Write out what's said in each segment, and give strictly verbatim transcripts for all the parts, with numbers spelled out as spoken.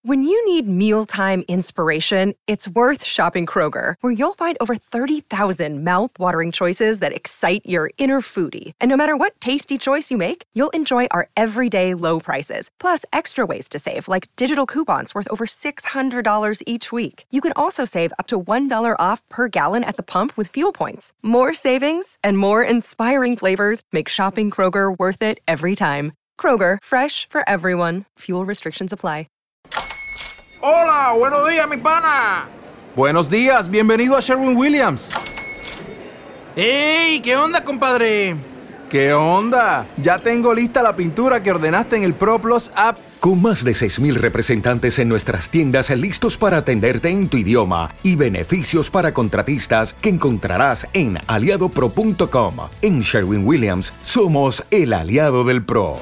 When you need mealtime inspiration, it's worth shopping Kroger, where you'll find over thirty thousand mouth-watering choices that excite your inner foodie. And no matter what tasty choice you make, you'll enjoy our everyday low prices, plus extra ways to save, like digital coupons worth over six hundred dollars each week. You can also save up to one dollar off per gallon at the pump with fuel points. More savings and more inspiring flavors make shopping Kroger worth it every time. Kroger, fresh for everyone. Fuel restrictions apply. Hola, buenos días, mi pana. Buenos días, bienvenido a Sherwin-Williams. ¡Ey! ¿Qué onda, compadre? ¿Qué onda? Ya tengo lista la pintura que ordenaste en el ProPlus app. Con más de seis mil representantes en nuestras tiendas listos para atenderte en tu idioma y beneficios para contratistas que encontrarás en aliado pro punto com. En Sherwin-Williams somos el aliado del pro.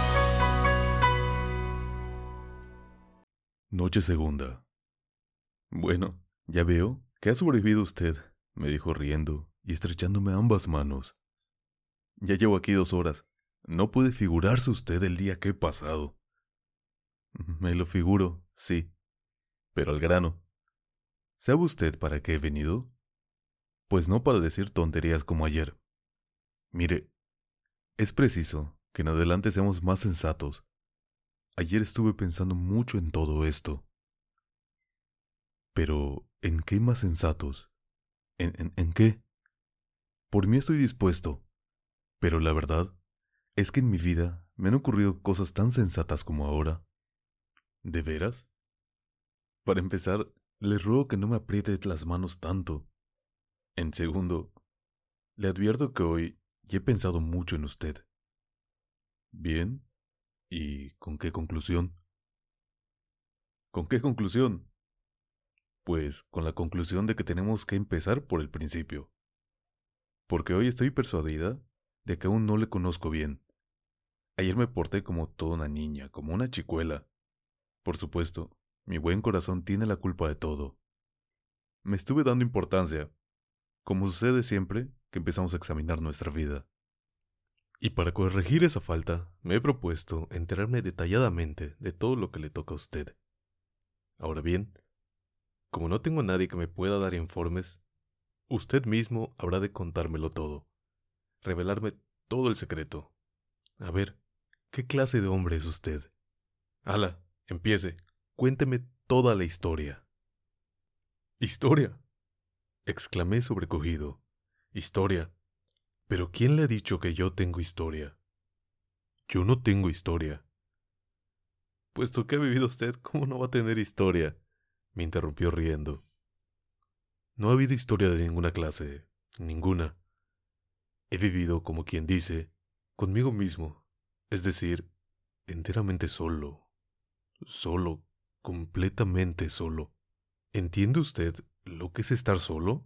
Noche segunda. Bueno, ya veo que ha sobrevivido usted, me dijo riendo y estrechándome ambas manos. Ya llevo aquí dos horas. No puede figurarse usted el día que he pasado. Me lo figuro, sí. Pero al grano. ¿Sabe usted para qué he venido? Pues no para decir tonterías como ayer. Mire, es preciso que en adelante seamos más sensatos. Ayer estuve pensando mucho en todo esto. Pero, ¿en qué más sensatos? ¿En, en, en qué? Por mí estoy dispuesto. Pero la verdad es que en mi vida me han ocurrido cosas tan sensatas como ahora. ¿De veras? Para empezar, le ruego que no me apriete las manos tanto. En segundo, le advierto que hoy ya he pensado mucho en usted. Bien. ¿Y con qué conclusión? ¿Con qué conclusión? Pues con la conclusión de que tenemos que empezar por el principio. Porque hoy estoy persuadida de que aún no le conozco bien. Ayer me porté como toda una niña, como una chicuela. Por supuesto, mi buen corazón tiene la culpa de todo. Me estuve dando importancia, como sucede siempre que empezamos a examinar nuestra vida. Y para corregir esa falta, me he propuesto enterarme detalladamente de todo lo que le toca a usted. Ahora bien, como no tengo a nadie que me pueda dar informes, usted mismo habrá de contármelo todo, revelarme todo el secreto. A ver, ¿qué clase de hombre es usted? Ala, empiece, cuénteme toda la historia. ¿Historia? Exclamé sobrecogido. ¿Historia? ¿Pero quién le ha dicho que yo tengo historia? Yo no tengo historia. Puesto que ha vivido usted, ¿cómo no va a tener historia? Me interrumpió riendo. No ha habido historia de ninguna clase, ninguna. He vivido, como quien dice, conmigo mismo, es decir, enteramente solo, solo, completamente solo. ¿Entiende usted lo que es estar solo?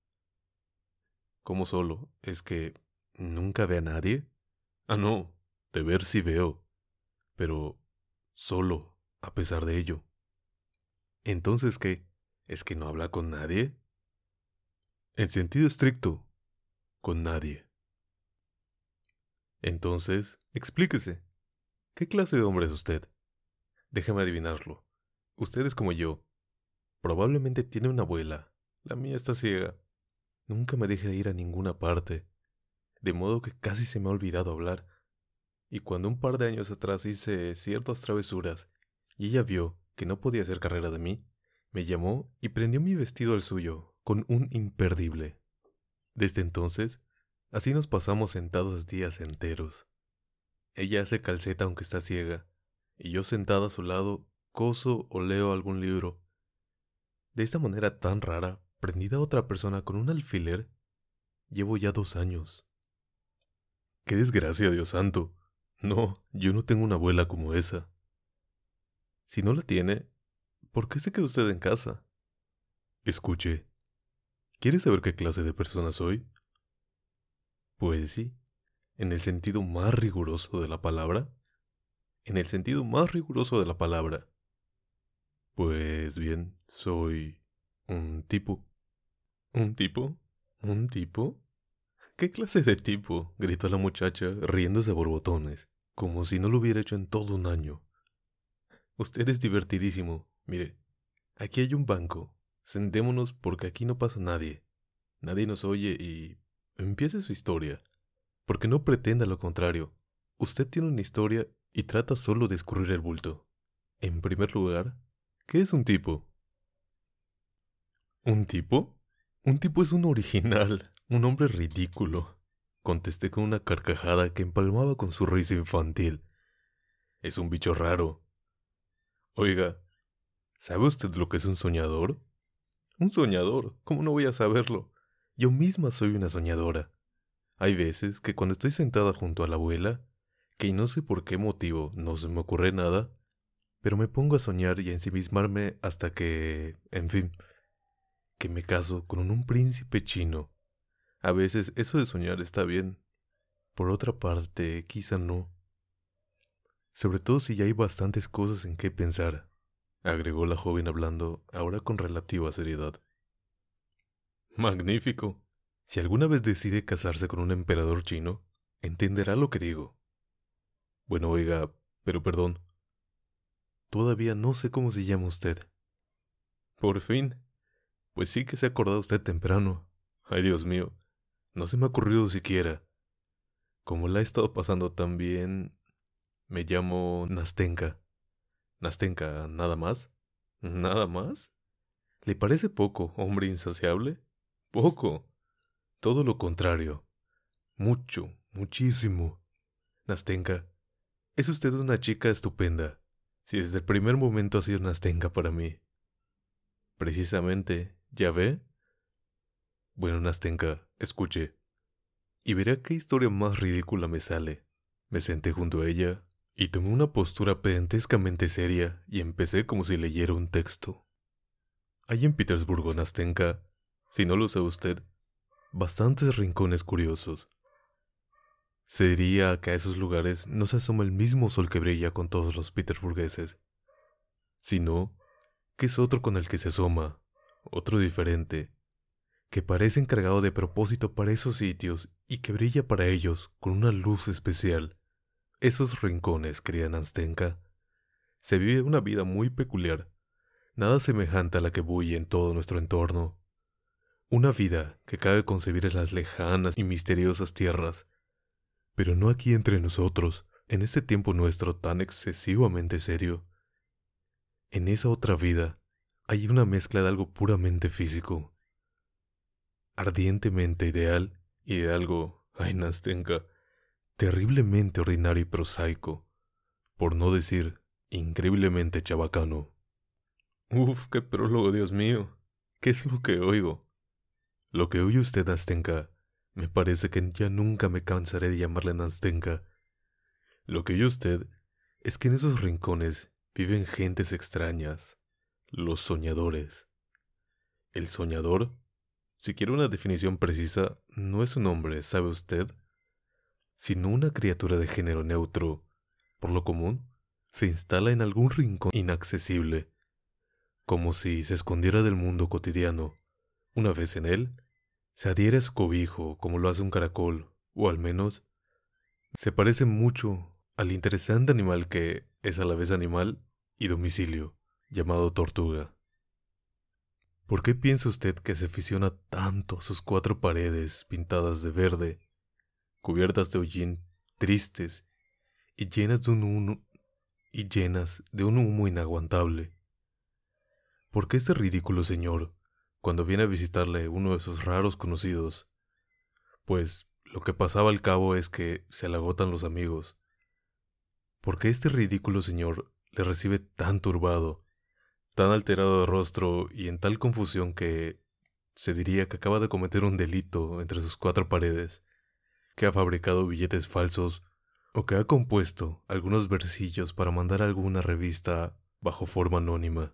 ¿Cómo solo? ¿Es que nunca ve a nadie? Ah, no, de ver sí veo, pero solo, a pesar de ello. ¿Entonces qué? ¿Es que no habla con nadie? En sentido estricto, con nadie. Entonces, explíquese. ¿Qué clase de hombre es usted? Déjeme adivinarlo. Usted es como yo. Probablemente tiene una abuela. La mía está ciega. Nunca me deja ir a ninguna parte, de modo que casi se me ha olvidado hablar. Y cuando un par de años atrás hice ciertas travesuras, y ella vio que no podía hacer carrera de mí, me llamó y prendió mi vestido al suyo, con un imperdible. Desde entonces, así nos pasamos sentados días enteros. Ella hace calceta aunque está ciega, y yo sentada a su lado, coso o leo algún libro. De esta manera tan rara, prendida a otra persona con un alfiler, llevo ya dos años. ¡Qué desgracia, Dios santo! No, yo no tengo una abuela como esa. Si no la tiene, ¿por qué se quedó usted en casa? Escuche, ¿quiere saber qué clase de persona soy? Pues sí, en el sentido más riguroso de la palabra. En el sentido más riguroso de la palabra. Pues bien, soy un tipo. ¿Un tipo? ¿Un tipo? ¿Qué clase de tipo? Gritó la muchacha, riéndose a borbotones, como si no lo hubiera hecho en todo un año. Usted es divertidísimo. Mire, aquí hay un banco. Sentémonos porque aquí no pasa nadie. Nadie nos oye y... empiece su historia. Porque no pretenda lo contrario. Usted tiene una historia y trata solo de escurrir el bulto. En primer lugar, ¿qué es un tipo? ¿Un tipo? Un tipo es un original, un hombre ridículo. Contesté con una carcajada que empalmaba con su risa infantil. Es un bicho raro. Oiga, ¿sabe usted lo que es un soñador? Un soñador, ¿cómo no voy a saberlo? Yo misma soy una soñadora. Hay veces que cuando estoy sentada junto a la abuela, que no sé por qué motivo no se me ocurre nada, pero me pongo a soñar y a ensimismarme hasta que, en fin, que me caso con un príncipe chino. A veces eso de soñar está bien. Por otra parte, quizá no. Sobre todo si ya hay bastantes cosas en qué pensar, agregó la joven hablando ahora con relativa seriedad. Magnífico. Si alguna vez decide casarse con un emperador chino, entenderá lo que digo. Bueno, oiga, pero perdón. Todavía no sé cómo se llama usted. Por fin. Pues sí que se ha acordado usted temprano. Ay, Dios mío. No se me ha ocurrido siquiera. Como la he estado pasando tan bien... Me llamo Nastenka. ¿Nastenka nada más? ¿Nada más? ¿Le parece poco, hombre insaciable? Poco. Todo lo contrario. Mucho, muchísimo. Nastenka, es usted una chica estupenda. Si desde el primer momento ha sido Nastenka para mí. Precisamente, ¿ya ve? Bueno, Nastenka, escuche. Y verá qué historia más ridícula me sale. Me senté junto a ella y tomé una postura pedantescamente seria y empecé como si leyera un texto. Hay en Petersburgo, Nastenka, si no lo sabe usted, bastantes rincones curiosos. Se diría que a esos lugares no se asoma el mismo sol que brilla con todos los petersburgueses, sino que es otro con el que se asoma, otro diferente, que parece encargado de propósito para esos sitios y que brilla para ellos con una luz especial. Esos rincones, querida Nastenka, se vive una vida muy peculiar, nada semejante a la que bulle en todo nuestro entorno. Una vida que cabe concebir en las lejanas y misteriosas tierras, pero no aquí entre nosotros, en este tiempo nuestro tan excesivamente serio. En esa otra vida hay una mezcla de algo puramente físico, ardientemente ideal y de algo, ay Nastenka, terriblemente ordinario y prosaico, por no decir increíblemente chabacano. Uf, qué prólogo, Dios mío. ¿Qué es lo que oigo? Lo que oye usted, Nastenka, me parece que ya nunca me cansaré de llamarle Nastenka. Lo que oye usted es que en esos rincones viven gentes extrañas, los soñadores. El soñador, si quiere una definición precisa, no es un hombre, ¿sabe usted?, sino una criatura de género neutro. Por lo común, se instala en algún rincón inaccesible, como si se escondiera del mundo cotidiano. Una vez en él, se adhiere a su cobijo como lo hace un caracol, o al menos, se parece mucho al interesante animal que es a la vez animal y domicilio, llamado tortuga. ¿Por qué piensa usted que se aficiona tanto a sus cuatro paredes pintadas de verde, cubiertas de hollín, tristes y llenas de un humo, y llenas de un humo inaguantable? ¿Por qué este ridículo señor, cuando viene a visitarle uno de sus raros conocidos, pues lo que pasaba al cabo es que se le agotan los amigos? ¿Por qué este ridículo señor le recibe tan turbado, tan alterado de rostro y en tal confusión que se diría que acaba de cometer un delito entre sus cuatro paredes, que ha fabricado billetes falsos o que ha compuesto algunos versillos para mandar a alguna revista bajo forma anónima,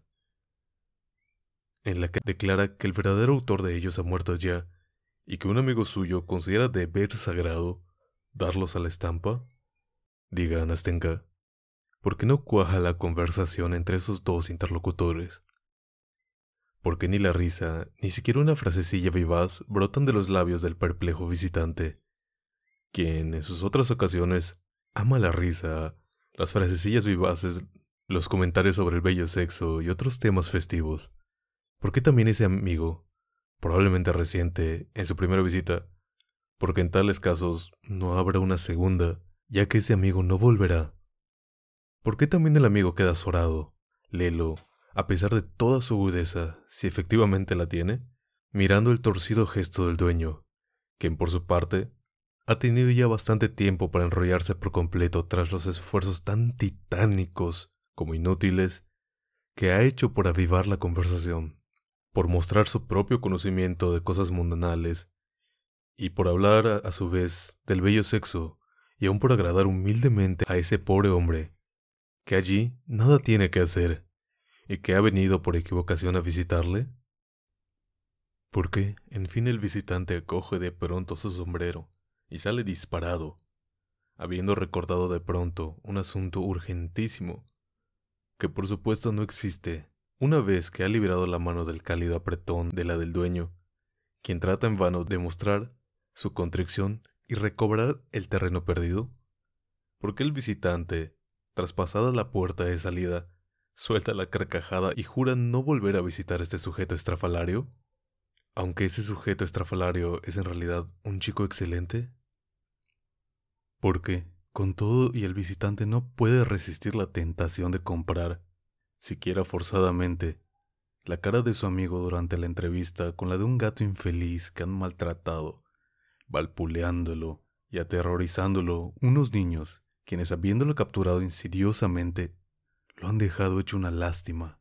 en la que declara que el verdadero autor de ellos ha muerto ya y que un amigo suyo considera deber sagrado darlos a la estampa? Diga, Nastenka, ¿por qué no cuaja la conversación entre esos dos interlocutores? ¿Por qué ni la risa, ni siquiera una frasecilla vivaz brotan de los labios del perplejo visitante, quien en sus otras ocasiones ama la risa, las frasecillas vivaces los comentarios sobre el bello sexo y otros temas festivos. ¿Por qué también ese amigo, probablemente reciente, en su primera visita? Porque en tales casos no habrá una segunda, ya que ese amigo no volverá. ¿Por qué también el amigo queda azorado, lelo, a pesar de toda su agudeza, si efectivamente la tiene, mirando el torcido gesto del dueño, quien por su parte ha tenido ya bastante tiempo para enrollarse por completo tras los esfuerzos tan titánicos como inútiles que ha hecho por avivar la conversación, por mostrar su propio conocimiento de cosas mundanales y por hablar a, a su vez del bello sexo y aún por agradar humildemente a ese pobre hombre que allí nada tiene que hacer y que ha venido por equivocación a visitarle? Porque, en fin, el visitante coge de pronto su sombrero y sale disparado, habiendo recordado de pronto un asunto urgentísimo, que por supuesto no existe, una vez que ha liberado la mano del cálido apretón de la del dueño, quien trata en vano de mostrar su contrición y recobrar el terreno perdido. Porque el visitante, traspasada la puerta de salida, suelta la carcajada y jura no volver a visitar a este sujeto estrafalario, aunque ese sujeto estrafalario es en realidad un chico excelente. Porque, con todo y el visitante no puede resistir la tentación de comprar, siquiera forzadamente, la cara de su amigo durante la entrevista con la de un gato infeliz que han maltratado, valpuleándolo y aterrorizándolo unos niños, quienes habiéndolo capturado insidiosamente, lo han dejado hecho una lástima.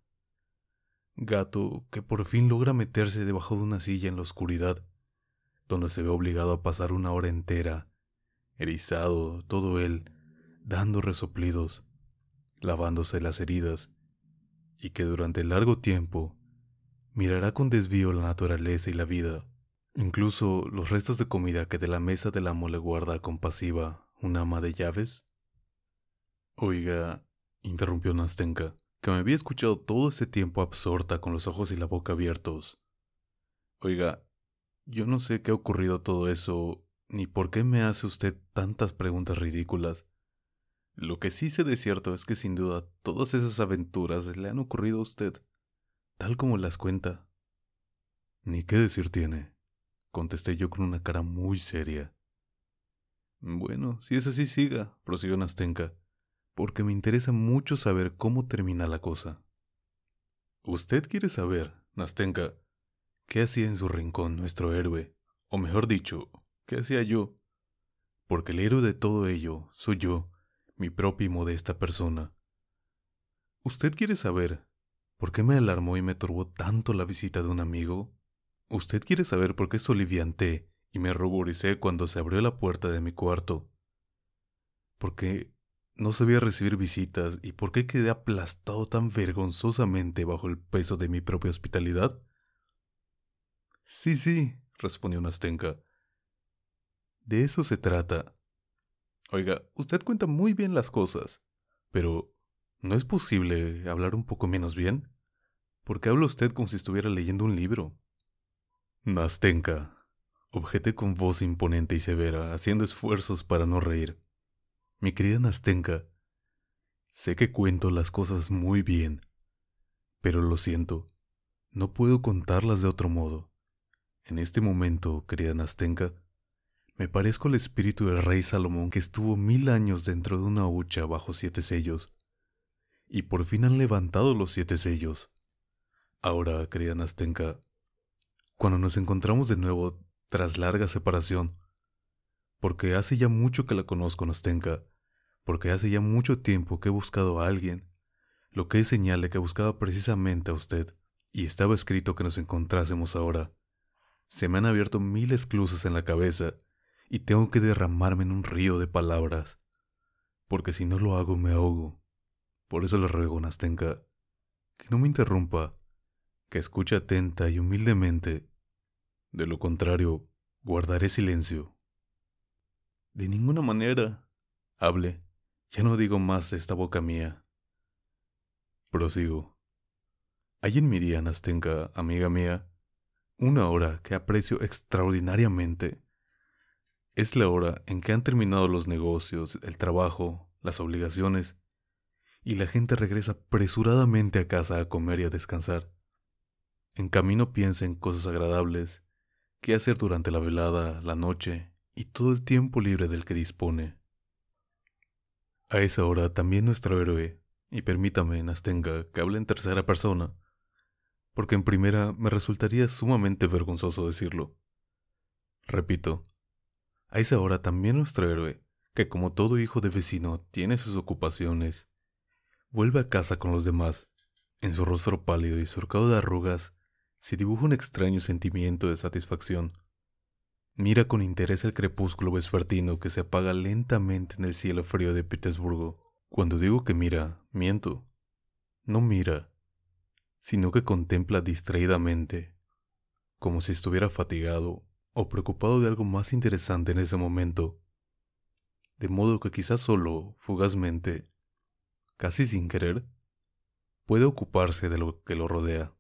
Gato que por fin logra meterse debajo de una silla en la oscuridad, donde se ve obligado a pasar una hora entera, erizado todo él, dando resoplidos, lavándose las heridas, y que durante largo tiempo mirará con desvío la naturaleza y la vida, incluso los restos de comida que de la mesa del amo le guarda compasiva una ama de llaves. Oiga, interrumpió Nastenka, que me había escuchado todo ese tiempo absorta con los ojos y la boca abiertos. Oiga, yo no sé qué ha ocurrido todo eso, ni por qué me hace usted tantas preguntas ridículas. Lo que sí sé de cierto es que sin duda todas esas aventuras le han ocurrido a usted, tal como las cuenta. Ni qué decir tiene, contesté yo con una cara muy seria. Bueno, si es así siga, prosiguió Nastenka, porque me interesa mucho saber cómo termina la cosa. ¿Usted quiere saber, Nastenka, qué hacía en su rincón nuestro héroe? O mejor dicho, ¿qué hacía yo? Porque el héroe de todo ello soy yo, mi propia y modesta persona. ¿Usted quiere saber por qué me alarmó y me turbó tanto la visita de un amigo? ¿Usted quiere saber por qué solivianté y me ruboricé cuando se abrió la puerta de mi cuarto? Porque no sabía recibir visitas y por qué quedé aplastado tan vergonzosamente bajo el peso de mi propia hospitalidad. Sí, sí, respondió Nastenka. De eso se trata. Oiga, usted cuenta muy bien las cosas, pero ¿no es posible hablar un poco menos bien? Porque habla usted como si estuviera leyendo un libro. Nastenka, objeté con voz imponente y severa, haciendo esfuerzos para no reír. Mi querida Nastenka, sé que cuento las cosas muy bien, pero lo siento, no puedo contarlas de otro modo. En este momento, querida Nastenka, me parezco al espíritu del rey Salomón que estuvo mil años dentro de una hucha bajo siete sellos, y por fin han levantado los siete sellos. Ahora, querida Nastenka, cuando nos encontramos de nuevo tras larga separación, porque hace ya mucho que la conozco, Nastenka, porque hace ya mucho tiempo que he buscado a alguien, lo que es señal de que buscaba precisamente a usted, y estaba escrito que nos encontrásemos ahora. Se me han abierto mil esclusas en la cabeza, y tengo que derramarme en un río de palabras, porque si no lo hago me ahogo. Por eso le ruego, Nastenka, que no me interrumpa, que escuche atenta y humildemente. De lo contrario, guardaré silencio. De ninguna manera. Hable, ya no digo más de esta boca mía. Prosigo. Hay en mi día, Nastenka, amiga mía, una hora que aprecio extraordinariamente. Es la hora en que han terminado los negocios, el trabajo, las obligaciones, y la gente regresa apresuradamente a casa a comer y a descansar. En camino piensa en cosas agradables, qué hacer durante la velada, la noche y todo el tiempo libre del que dispone. A esa hora también nuestro héroe, y permítame, Nastenka, que hable en tercera persona, porque en primera me resultaría sumamente vergonzoso decirlo. Repito, a esa hora también nuestro héroe, que como todo hijo de vecino tiene sus ocupaciones, vuelve a casa con los demás. En su rostro pálido y surcado de arrugas se dibuja un extraño sentimiento de satisfacción. Mira con interés el crepúsculo vespertino que se apaga lentamente en el cielo frío de Petersburgo. Cuando digo que mira, miento. No mira, sino que contempla distraídamente, como si estuviera fatigado o preocupado de algo más interesante en ese momento, de modo que quizás solo, fugazmente, casi sin querer, puede ocuparse de lo que lo rodea.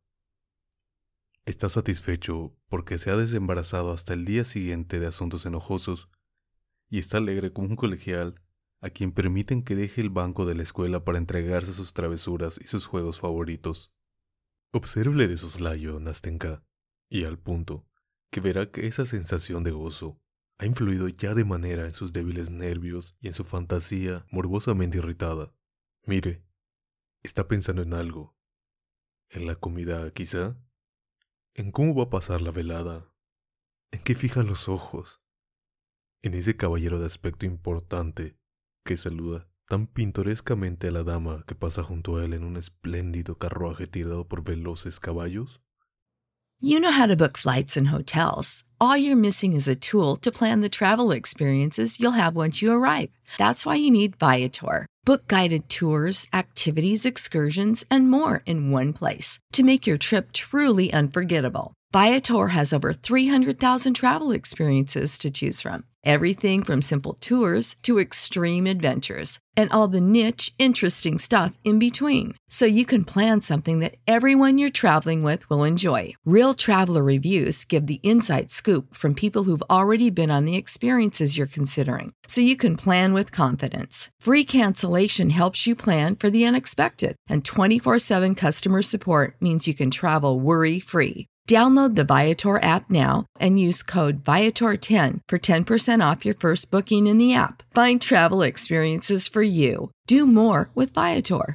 Está satisfecho porque se ha desembarazado hasta el día siguiente de asuntos enojosos y está alegre como un colegial a quien permiten que deje el banco de la escuela para entregarse a sus travesuras y sus juegos favoritos. Obsérvele de soslayo, Nastenka, y al punto, que verá que esa sensación de gozo ha influido ya de manera en sus débiles nervios y en su fantasía morbosamente irritada. Mire, está pensando en algo. ¿En la comida, quizá? ¿En cómo va a pasar la velada? ¿En qué fija los ojos? ¿En ese caballero de aspecto importante que saluda tan pintorescamente a la dama que pasa junto a él en un espléndido carruaje tirado por veloces caballos? You know how to book flights and hotels. All you're missing is a tool to plan the travel experiences you'll have once you arrive. That's why you need Viator. Book guided tours, activities, excursions, and more in one place to make your trip truly unforgettable. Viator has over three hundred thousand travel experiences to choose from. Everything from simple tours to extreme adventures and all the niche, interesting stuff in between. So you can plan something that everyone you're traveling with will enjoy. Real traveler reviews give the inside scoop from people who've already been on the experiences you're considering. So you can plan with confidence. Free cancellation helps you plan for the unexpected. And twenty-four seven customer support means you can travel worry-free. Download the Viator app now and use code Viator ten for ten percent off your first booking in the app. Find travel experiences for you. Do more with Viator.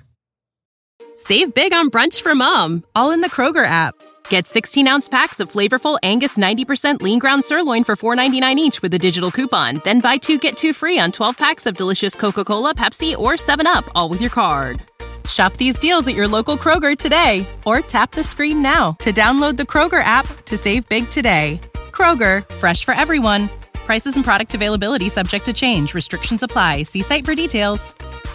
Save big on brunch for mom, all in the Kroger app. Get sixteen-ounce packs of flavorful Angus ninety percent lean ground sirloin for four ninety-nine each with a digital coupon. Then buy two, get two free on twelve packs of delicious Coca-Cola, Pepsi, or seven up, all with your card. Shop these deals at your local Kroger today, or tap the screen now to download the Kroger app to save big today. Kroger, fresh for everyone. Prices and product availability subject to change. Restrictions apply. See site for details.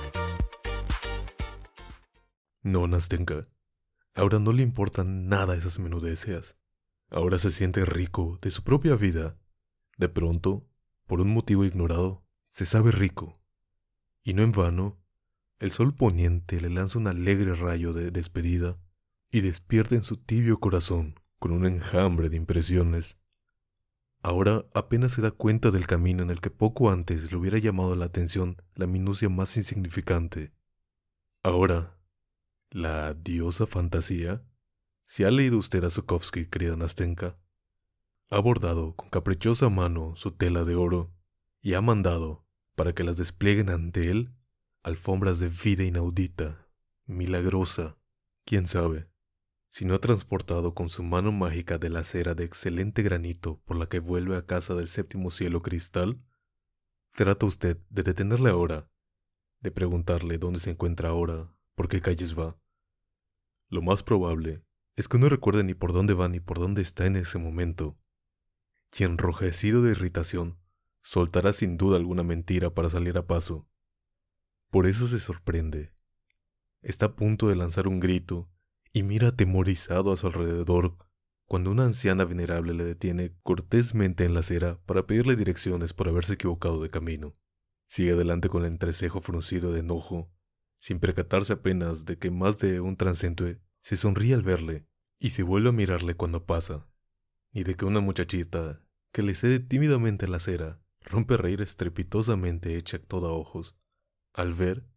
No, Nastenka. Ahora no le importan nada esas menudencias. Ahora se siente rico de su propia vida. De pronto, por un motivo ignorado, se sabe rico. Y no en vano, el sol poniente le lanza un alegre rayo de despedida y despierta en su tibio corazón con un enjambre de impresiones. Ahora apenas se da cuenta del camino en el que poco antes le hubiera llamado la atención la minucia más insignificante. Ahora, la diosa fantasía, si ha leído usted a Zhukovsky, querida Nastenka, ha bordado con caprichosa mano su tela de oro y ha mandado, para que las desplieguen ante él, alfombras de vida inaudita, milagrosa, quién sabe, si no ha transportado con su mano mágica de la cera de excelente granito por la que vuelve a casa del séptimo cielo cristal. Trata usted de detenerle ahora, de preguntarle dónde se encuentra ahora, por qué calles va. Lo más probable es que no recuerde ni por dónde va ni por dónde está en ese momento, y enrojecido de irritación, soltará sin duda alguna mentira para salir a paso. Por eso se sorprende. Está a punto de lanzar un grito y mira atemorizado a su alrededor cuando una anciana venerable le detiene cortésmente en la acera para pedirle direcciones por haberse equivocado de camino. Sigue adelante con el entrecejo fruncido de enojo, sin percatarse apenas de que más de un transeúnte se sonríe al verle y se vuelve a mirarle cuando pasa, y de que una muchachita que le cede tímidamente la acera rompe a reír estrepitosamente hecha toda ojos al ver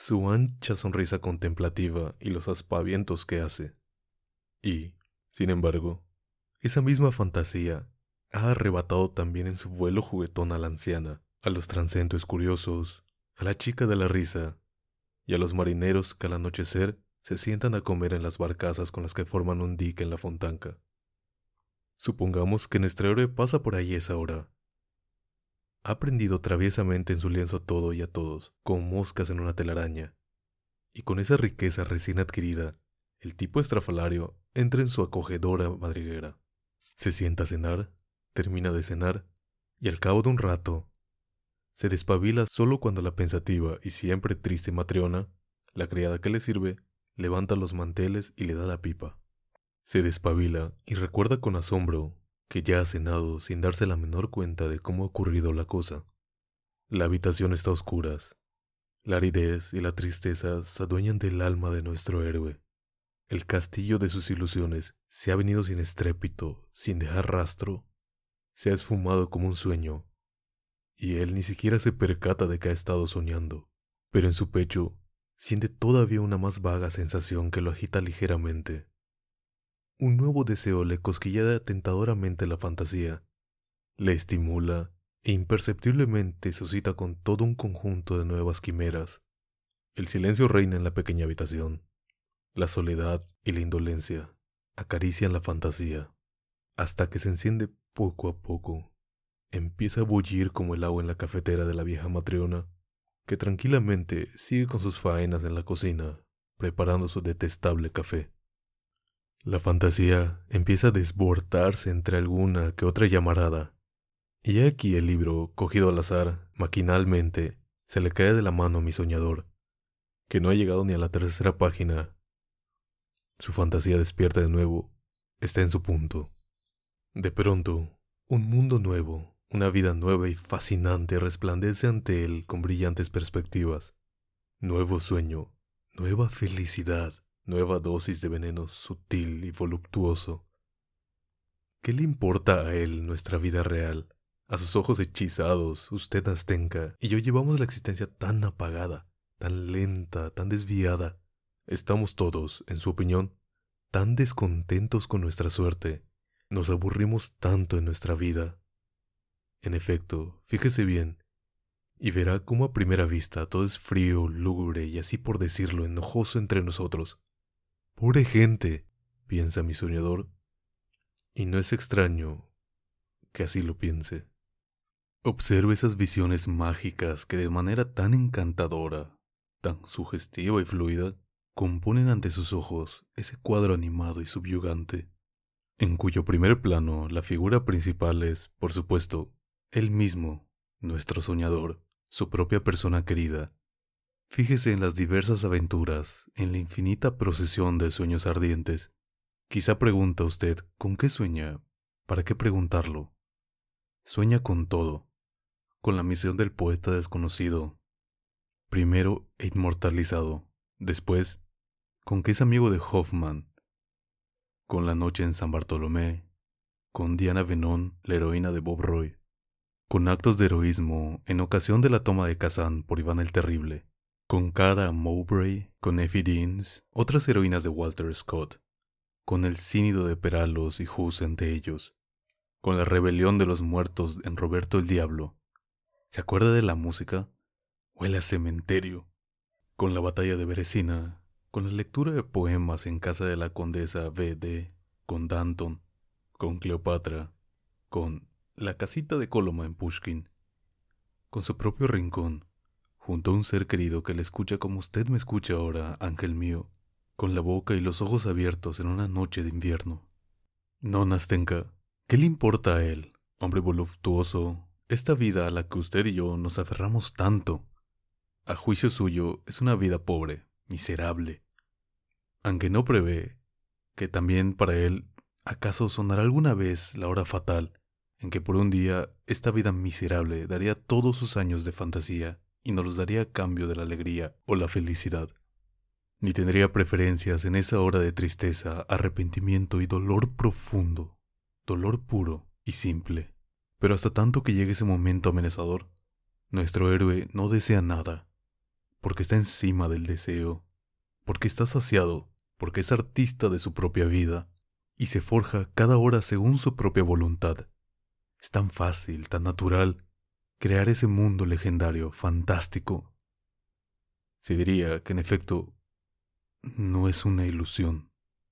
su ancha sonrisa contemplativa y los aspavientos que hace. Y, sin embargo, esa misma fantasía ha arrebatado también en su vuelo juguetón a la anciana, a los transeúntes curiosos, a la chica de la risa y a los marineros que al anochecer se sientan a comer en las barcazas con las que forman un dique en la fontanca. Supongamos que nuestro héroe pasa por ahí esa hora. Ha prendido traviesamente en su lienzo a todo y a todos, como moscas en una telaraña, y con esa riqueza recién adquirida, el tipo estrafalario entra en su acogedora madriguera. Se sienta a cenar, termina de cenar, y al cabo de un rato, se despabila solo cuando la pensativa y siempre triste matriona, la criada que le sirve, levanta los manteles y le da la pipa. Se despabila y recuerda con asombro que ya ha cenado sin darse la menor cuenta de cómo ha ocurrido la cosa. La habitación está a oscuras. La aridez y la tristeza se adueñan del alma de nuestro héroe. El castillo de sus ilusiones se ha venido sin estrépito, sin dejar rastro. Se ha esfumado como un sueño, y él ni siquiera se percata de que ha estado soñando. Pero en su pecho siente todavía una más vaga sensación que lo agita ligeramente. Un nuevo deseo le cosquillea tentadoramente la fantasía, le estimula e imperceptiblemente suscita con todo un conjunto de nuevas quimeras. El silencio reina en la pequeña habitación. La soledad y la indolencia acarician la fantasía, hasta que se enciende poco a poco. Empieza a bullir como el agua en la cafetera de la vieja matriona, que tranquilamente sigue con sus faenas en la cocina, preparando su detestable café. La fantasía empieza a desbordarse entre alguna que otra llamarada, y aquí el libro, cogido al azar, maquinalmente, se le cae de la mano a mi soñador, que no ha llegado ni a la tercera página. Su fantasía despierta de nuevo, está en su punto. De pronto, un mundo nuevo, una vida nueva y fascinante resplandece ante él con brillantes perspectivas. Nuevo sueño, nueva felicidad, nueva dosis de veneno sutil y voluptuoso. ¿Qué le importa a él nuestra vida real? A sus ojos hechizados, usted, Nastenka, y yo llevamos la existencia tan apagada, tan lenta, tan desviada. Estamos todos, en su opinión, tan descontentos con nuestra suerte. Nos aburrimos tanto en nuestra vida. En efecto, fíjese bien, y verá cómo a primera vista todo es frío, lúgubre y así por decirlo, enojoso entre nosotros. ¡Pobre gente!, piensa mi soñador, y no es extraño que así lo piense. Observe esas visiones mágicas que de manera tan encantadora, tan sugestiva y fluida, componen ante sus ojos ese cuadro animado y subyugante, en cuyo primer plano la figura principal es, por supuesto, él mismo, nuestro soñador, su propia persona querida. Fíjese en las diversas aventuras, en la infinita procesión de sueños ardientes. Quizá pregunta usted, ¿con qué sueña? ¿Para qué preguntarlo? Sueña con todo, con la misión del poeta desconocido, primero e inmortalizado, después, con que es amigo de Hoffman, con la noche en San Bartolomé, con Diana Venon, la heroína de Bob Roy, con actos de heroísmo en ocasión de la toma de Kazán por Iván el Terrible, con Cara Mowbray, con Effie Deans, otras heroínas de Walter Scott, con el Cínido de Peralos y Hus entre ellos, con la rebelión de los muertos en Roberto el Diablo. ¿Se acuerda de la música? Huele a cementerio. Con la batalla de Beresina, con la lectura de poemas en casa de la condesa V D, con Danton, con Cleopatra, con la casita de Coloma en Pushkin, con su propio rincón, junto a un ser querido que le escucha como usted me escucha ahora, ángel mío, con la boca y los ojos abiertos en una noche de invierno. No, Nastenka, ¿qué le importa a él, hombre voluptuoso, esta vida a la que usted y yo nos aferramos tanto? A juicio suyo es una vida pobre, miserable, aunque no prevé que también para él acaso sonará alguna vez la hora fatal en que por un día esta vida miserable daría todos sus años de fantasía y nos los daría a cambio de la alegría o la felicidad. Ni tendría preferencias en esa hora de tristeza, arrepentimiento y dolor profundo, dolor puro y simple. Pero hasta tanto que llegue ese momento amenazador, nuestro héroe no desea nada. porque está encima del deseo, porque está saciado, porque es artista de su propia vida y se forja cada hora según su propia voluntad. Es tan fácil, tan natural, crear ese mundo legendario, fantástico. Se diría que en efecto no es una ilusión.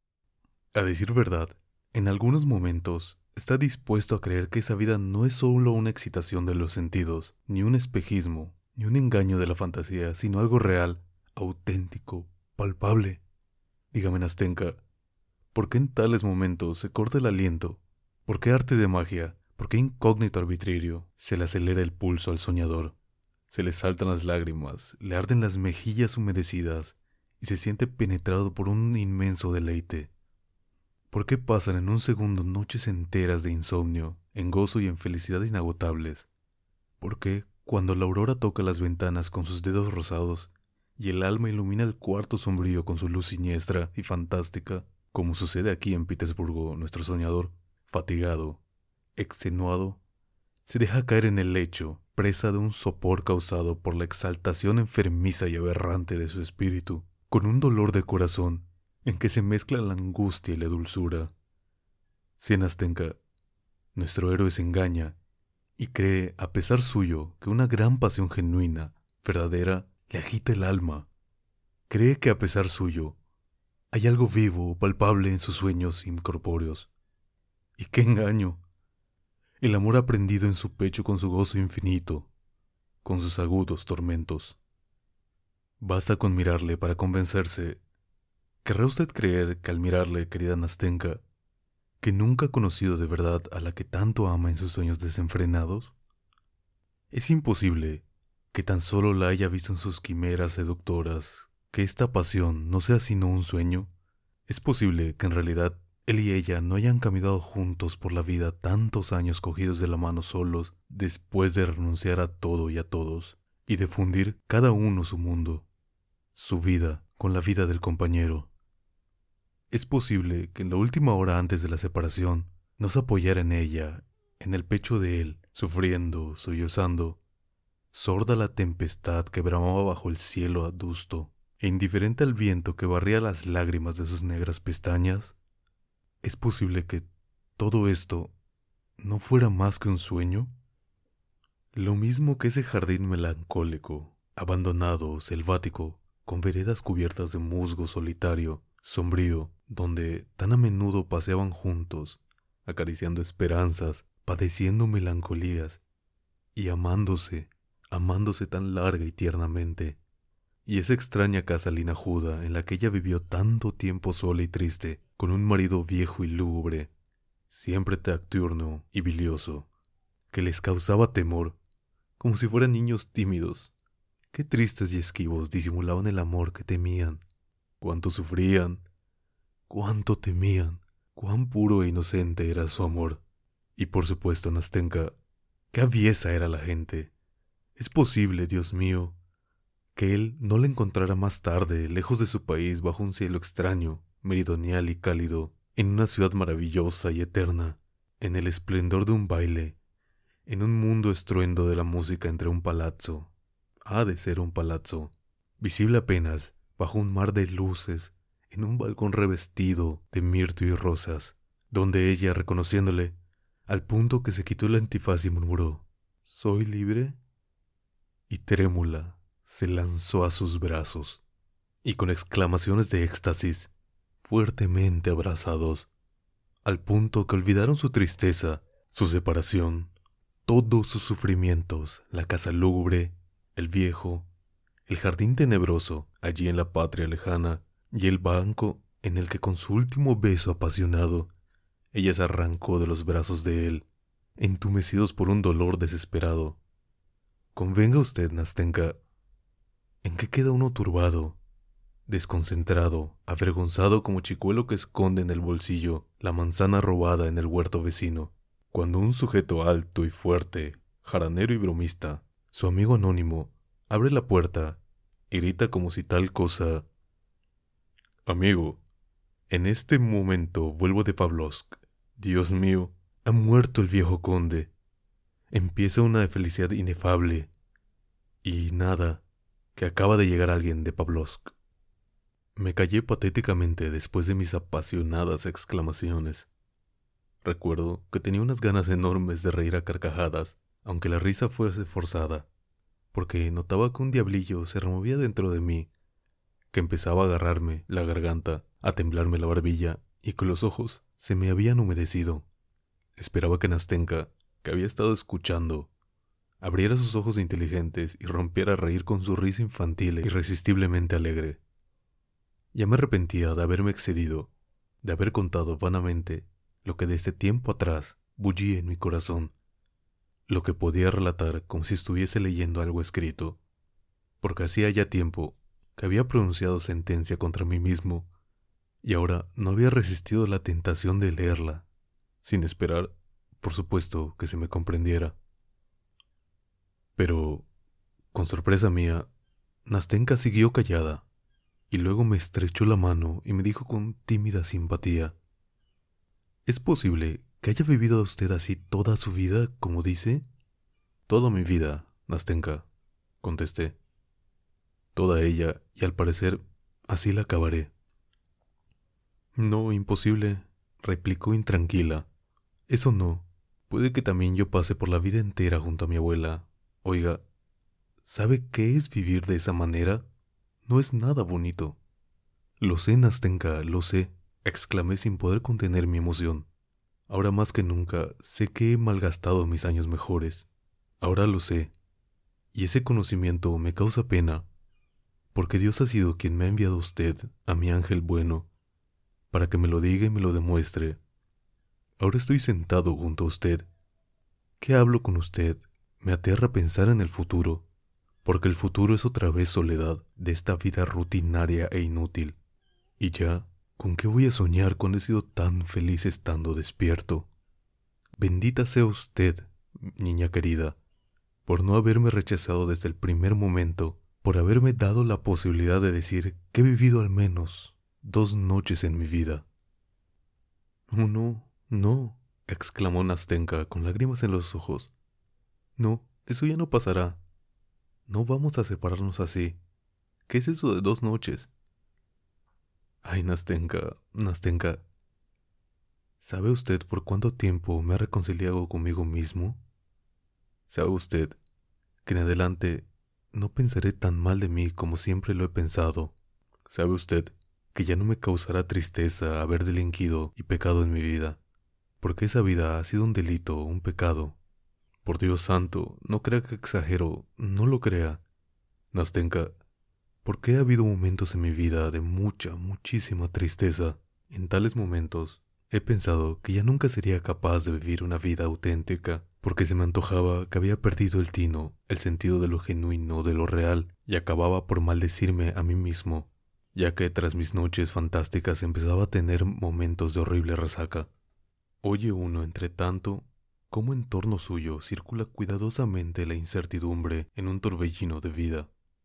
A decir verdad, en algunos momentos está dispuesto a creer que esa vida no es solo una excitación de los sentidos, ni un espejismo, ni un engaño de la fantasía, sino algo real, auténtico, palpable. Dígame, Nastenka, ¿por qué en tales momentos se corta el aliento? ¿Por qué arte de magia? ¿Por qué incógnito arbitrario se le acelera el pulso al soñador? Se le saltan las lágrimas, le arden las mejillas humedecidas y se siente penetrado por un inmenso deleite. ¿Por qué pasan en un segundo noches enteras de insomnio, en gozo y en felicidad inagotables? ¿Por qué, cuando la aurora toca las ventanas con sus dedos rosados y el alma ilumina el cuarto sombrío con su luz siniestra y fantástica, como sucede aquí en Petersburgo, nuestro soñador, fatigado, extenuado, se deja caer en el lecho, presa de un sopor causado por la exaltación enfermiza y aberrante de su espíritu, con un dolor de corazón en que se mezcla la angustia y la dulzura? Sí, Nastenka, nuestro héroe se engaña y cree, a pesar suyo, que una gran pasión genuina, verdadera, le agita el alma. Cree que a pesar suyo hay algo vivo o palpable en sus sueños incorpóreos. ¡Y qué engaño! El amor ha prendido en su pecho con su gozo infinito, con sus agudos tormentos. Basta con mirarle para convencerse. ¿Querrá usted creer que al mirarle, querida Nastenka, que nunca ha conocido de verdad a la que tanto ama en sus sueños desenfrenados? Es imposible que tan solo la haya visto en sus quimeras seductoras, que esta pasión no sea sino un sueño. Es posible que en realidad él y ella no hayan caminado juntos por la vida tantos años cogidos de la mano solos después de renunciar a todo y a todos, y de fundir cada uno su mundo, su vida con la vida del compañero. Es posible que en la última hora antes de la separación no se apoyara en ella, en el pecho de él, sufriendo, sollozando, sorda la tempestad que bramaba bajo el cielo adusto, e indiferente al viento que barría las lágrimas de sus negras pestañas. ¿Es posible que todo esto no fuera más que un sueño? Lo mismo que ese jardín melancólico, abandonado, selvático, con veredas cubiertas de musgo solitario, sombrío, donde tan a menudo paseaban juntos, acariciando esperanzas, padeciendo melancolías, y amándose, amándose tan larga y tiernamente. Y esa extraña casa linajuda en la que ella vivió tanto tiempo sola y triste, con un marido viejo y lúgubre, siempre tacturno y bilioso, que les causaba temor, como si fueran niños tímidos. Qué tristes y esquivos disimulaban el amor que temían. Cuánto sufrían, cuánto temían, cuán puro e inocente era su amor. Y por supuesto, Nastenka, qué aviesa era la gente. Es posible, Dios mío, que él no la encontrara más tarde, lejos de su país, bajo un cielo extraño, meridional y cálido, en una ciudad maravillosa y eterna, en el esplendor de un baile, en un mundo estruendo de la música entre un palazzo, ha de ser un palazzo, visible apenas, bajo un mar de luces, en un balcón revestido de mirto y rosas, donde ella, reconociéndole, al punto que se quitó el antifaz y murmuró, ¿soy libre? Y trémula se lanzó a sus brazos, y con exclamaciones de éxtasis, fuertemente abrazados, al punto que olvidaron su tristeza, su separación, todos sus sufrimientos, la casa lúgubre, el viejo, el jardín tenebroso allí en la patria lejana, y el banco en el que con su último beso apasionado ella se arrancó de los brazos de él, entumecidos por un dolor desesperado. Convenga usted, Nastenka, ¿en qué queda uno turbado, desconcentrado, avergonzado como chicuelo que esconde en el bolsillo la manzana robada en el huerto vecino, cuando un sujeto alto y fuerte, jaranero y bromista, su amigo anónimo, abre la puerta y grita como si tal cosa... Amigo, en este momento vuelvo de Pavlovsk. Dios mío, ha muerto el viejo conde. Empieza una felicidad inefable. Y nada, que acaba de llegar alguien de Pavlovsk. Me callé patéticamente después de mis apasionadas exclamaciones. Recuerdo que tenía unas ganas enormes de reír a carcajadas, aunque la risa fuese forzada, porque notaba que un diablillo se removía dentro de mí, que empezaba a agarrarme la garganta, a temblarme la barbilla, y que los ojos se me habían humedecido. Esperaba que Nastenka, que había estado escuchando, abriera sus ojos inteligentes y rompiera a reír con su risa infantil e irresistiblemente alegre. Ya me arrepentía de haberme excedido, de haber contado vanamente lo que desde tiempo atrás bullía en mi corazón, lo que podía relatar como si estuviese leyendo algo escrito, porque hacía ya tiempo que había pronunciado sentencia contra mí mismo, y ahora no había resistido la tentación de leerla, sin esperar, por supuesto, que se me comprendiera. Pero, con sorpresa mía, Nastenka siguió callada, y luego me estrechó la mano y me dijo con tímida simpatía: ¿Es posible que haya vivido usted así toda su vida, como dice? Toda mi vida, Nastenka, contesté. Toda ella, y al parecer, así la acabaré. No, imposible, replicó intranquila. Eso no. Puede que también yo pase por la vida entera junto a mi abuela. Oiga, ¿sabe qué es vivir de esa manera? No es nada bonito. Lo sé, Nastenka, lo sé, exclamé sin poder contener mi emoción. Ahora más que nunca sé que he malgastado mis años mejores. Ahora lo sé. Y ese conocimiento me causa pena, porque Dios ha sido quien me ha enviado a usted, a mi ángel bueno, para que me lo diga y me lo demuestre. Ahora estoy sentado junto a usted. ¿Qué hablo con usted? Me aterra pensar en el futuro, porque el futuro es otra vez soledad de esta vida rutinaria e inútil. Y ya, ¿con qué voy a soñar cuando he sido tan feliz estando despierto? Bendita sea usted, niña querida, por no haberme rechazado desde el primer momento, por haberme dado la posibilidad de decir que he vivido al menos dos noches en mi vida. Oh, no, no, exclamó Nastenka con lágrimas en los ojos. No, eso ya no pasará. No vamos a separarnos así. ¿Qué es eso de dos noches? Ay, Nastenka, Nastenka, ¿sabe usted por cuánto tiempo me ha reconciliado conmigo mismo? ¿Sabe usted que en adelante no pensaré tan mal de mí como siempre lo he pensado? ¿Sabe usted que ya no me causará tristeza haber delinquido y pecado en mi vida? Porque esa vida ha sido un delito, un pecado. Por Dios santo, no crea que exagero, no lo crea. Nastenka, porque ha habido momentos en mi vida de mucha, muchísima tristeza. En tales momentos he pensado que ya nunca sería capaz de vivir una vida auténtica, porque se me antojaba que había perdido el tino, el sentido de lo genuino, de lo real, y acababa por maldecirme a mí mismo, ya que tras mis noches fantásticas empezaba a tener momentos de horrible resaca. Oye uno, entre tanto, cómo en torno suyo circula cuidadosamente la incertidumbre en un torbellino de vida.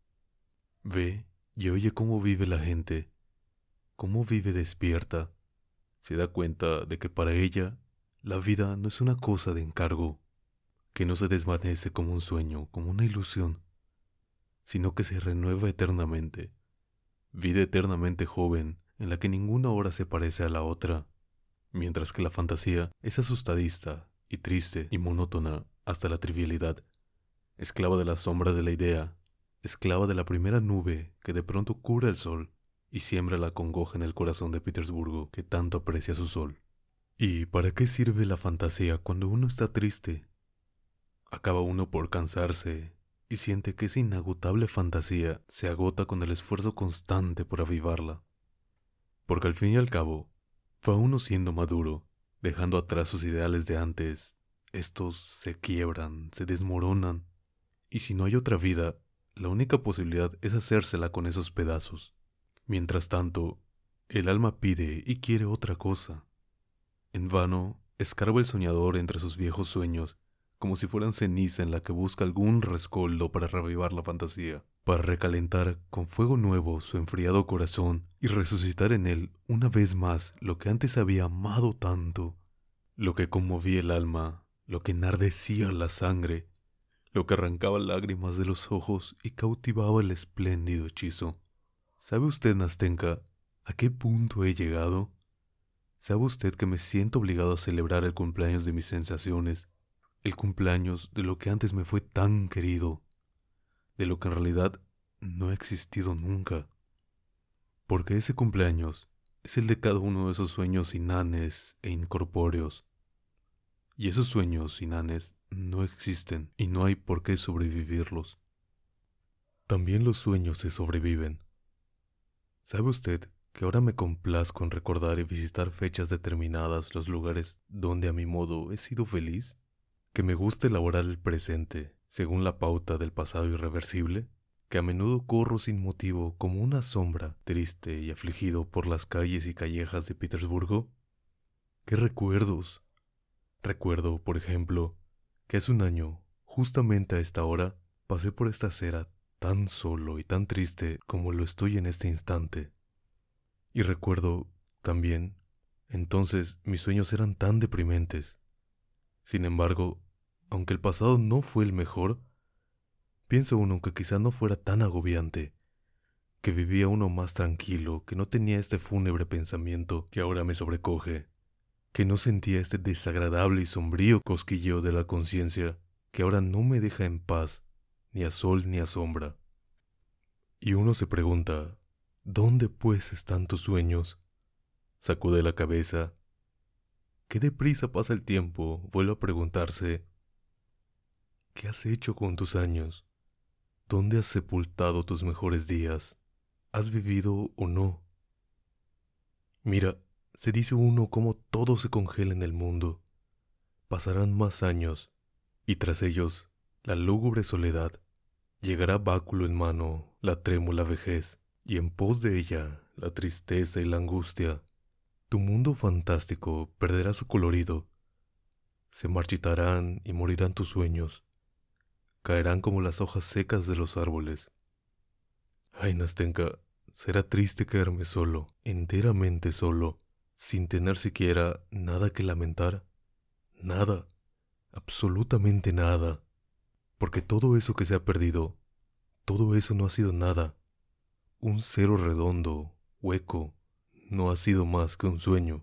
Ve y oye cómo vive la gente, cómo vive despierta. Se da cuenta de que para ella la vida no es una cosa de encargo, que no se desvanece como un sueño, como una ilusión, sino que se renueva eternamente. Vida eternamente joven, en la que ninguna hora se parece a la otra, mientras que la fantasía es asustadiza y triste y monótona hasta la trivialidad, esclava de la sombra de la idea, esclava de la primera nube que de pronto cubre el sol y siembra la congoja en el corazón de Petersburgo que tanto aprecia su sol. ¿Y para qué sirve la fantasía cuando uno está triste? Acaba uno por cansarse y siente que esa inagotable fantasía se agota con el esfuerzo constante por avivarla. Porque al fin y al cabo, va uno siendo maduro, dejando atrás sus ideales de antes. Estos se quiebran, se desmoronan, y si no hay otra vida, la única posibilidad es hacérsela con esos pedazos. Mientras tanto, el alma pide y quiere otra cosa. En vano, escarba el soñador entre sus viejos sueños, como si fueran ceniza en la que busca algún rescoldo para reavivar la fantasía, para recalentar con fuego nuevo su enfriado corazón y resucitar en él una vez más lo que antes había amado tanto, lo que conmovía el alma, lo que enardecía la sangre, lo que arrancaba lágrimas de los ojos y cautivaba el espléndido hechizo. ¿Sabe usted, Nastenka, a qué punto he llegado? ¿Sabe usted que me siento obligado a celebrar el cumpleaños de mis sensaciones, el cumpleaños de lo que antes me fue tan querido, de lo que en realidad no ha existido nunca? Porque ese cumpleaños es el de cada uno de esos sueños inanes e incorpóreos. Y esos sueños inanes no existen y no hay por qué sobrevivirlos. También los sueños se sobreviven. ¿Sabe usted que ahora me complazco en recordar y visitar fechas determinadas los lugares donde a mi modo he sido feliz? ¿Que me gusta elaborar el presente según la pauta del pasado irreversible? ¿Que a menudo corro sin motivo como una sombra, triste y afligido por las calles y callejas de Petersburgo? ¿Qué recuerdos? Recuerdo, por ejemplo, que hace un año, justamente a esta hora, pasé por esta acera tan solo y tan triste como lo estoy en este instante. Y recuerdo, también, entonces mis sueños eran tan deprimentes. Sin embargo, aunque el pasado no fue el mejor, piensa uno que quizá no fuera tan agobiante, que vivía uno más tranquilo, que no tenía este fúnebre pensamiento que ahora me sobrecoge, que no sentía este desagradable y sombrío cosquilleo de la conciencia que ahora no me deja en paz, ni a sol ni a sombra. Y uno se pregunta, ¿dónde pues están tus sueños? Sacude la cabeza. Qué deprisa pasa el tiempo, vuelve a preguntarse, ¿qué has hecho con tus años? ¿Dónde has sepultado tus mejores días? ¿Has vivido o no? Mira, se dice uno cómo todo se congela en el mundo. Pasarán más años, y tras ellos, la lúgubre soledad. Llegará báculo en mano la trémula vejez, y en pos de ella la tristeza y la angustia. Tu mundo fantástico perderá su colorido. Se marchitarán y morirán tus sueños. Caerán como las hojas secas de los árboles. Ay, Nastenka, será triste quedarme solo, enteramente solo, sin tener siquiera nada que lamentar. Nada, absolutamente nada. Porque todo eso que se ha perdido, todo eso no ha sido nada. Un cero redondo, hueco, no ha sido más que un sueño.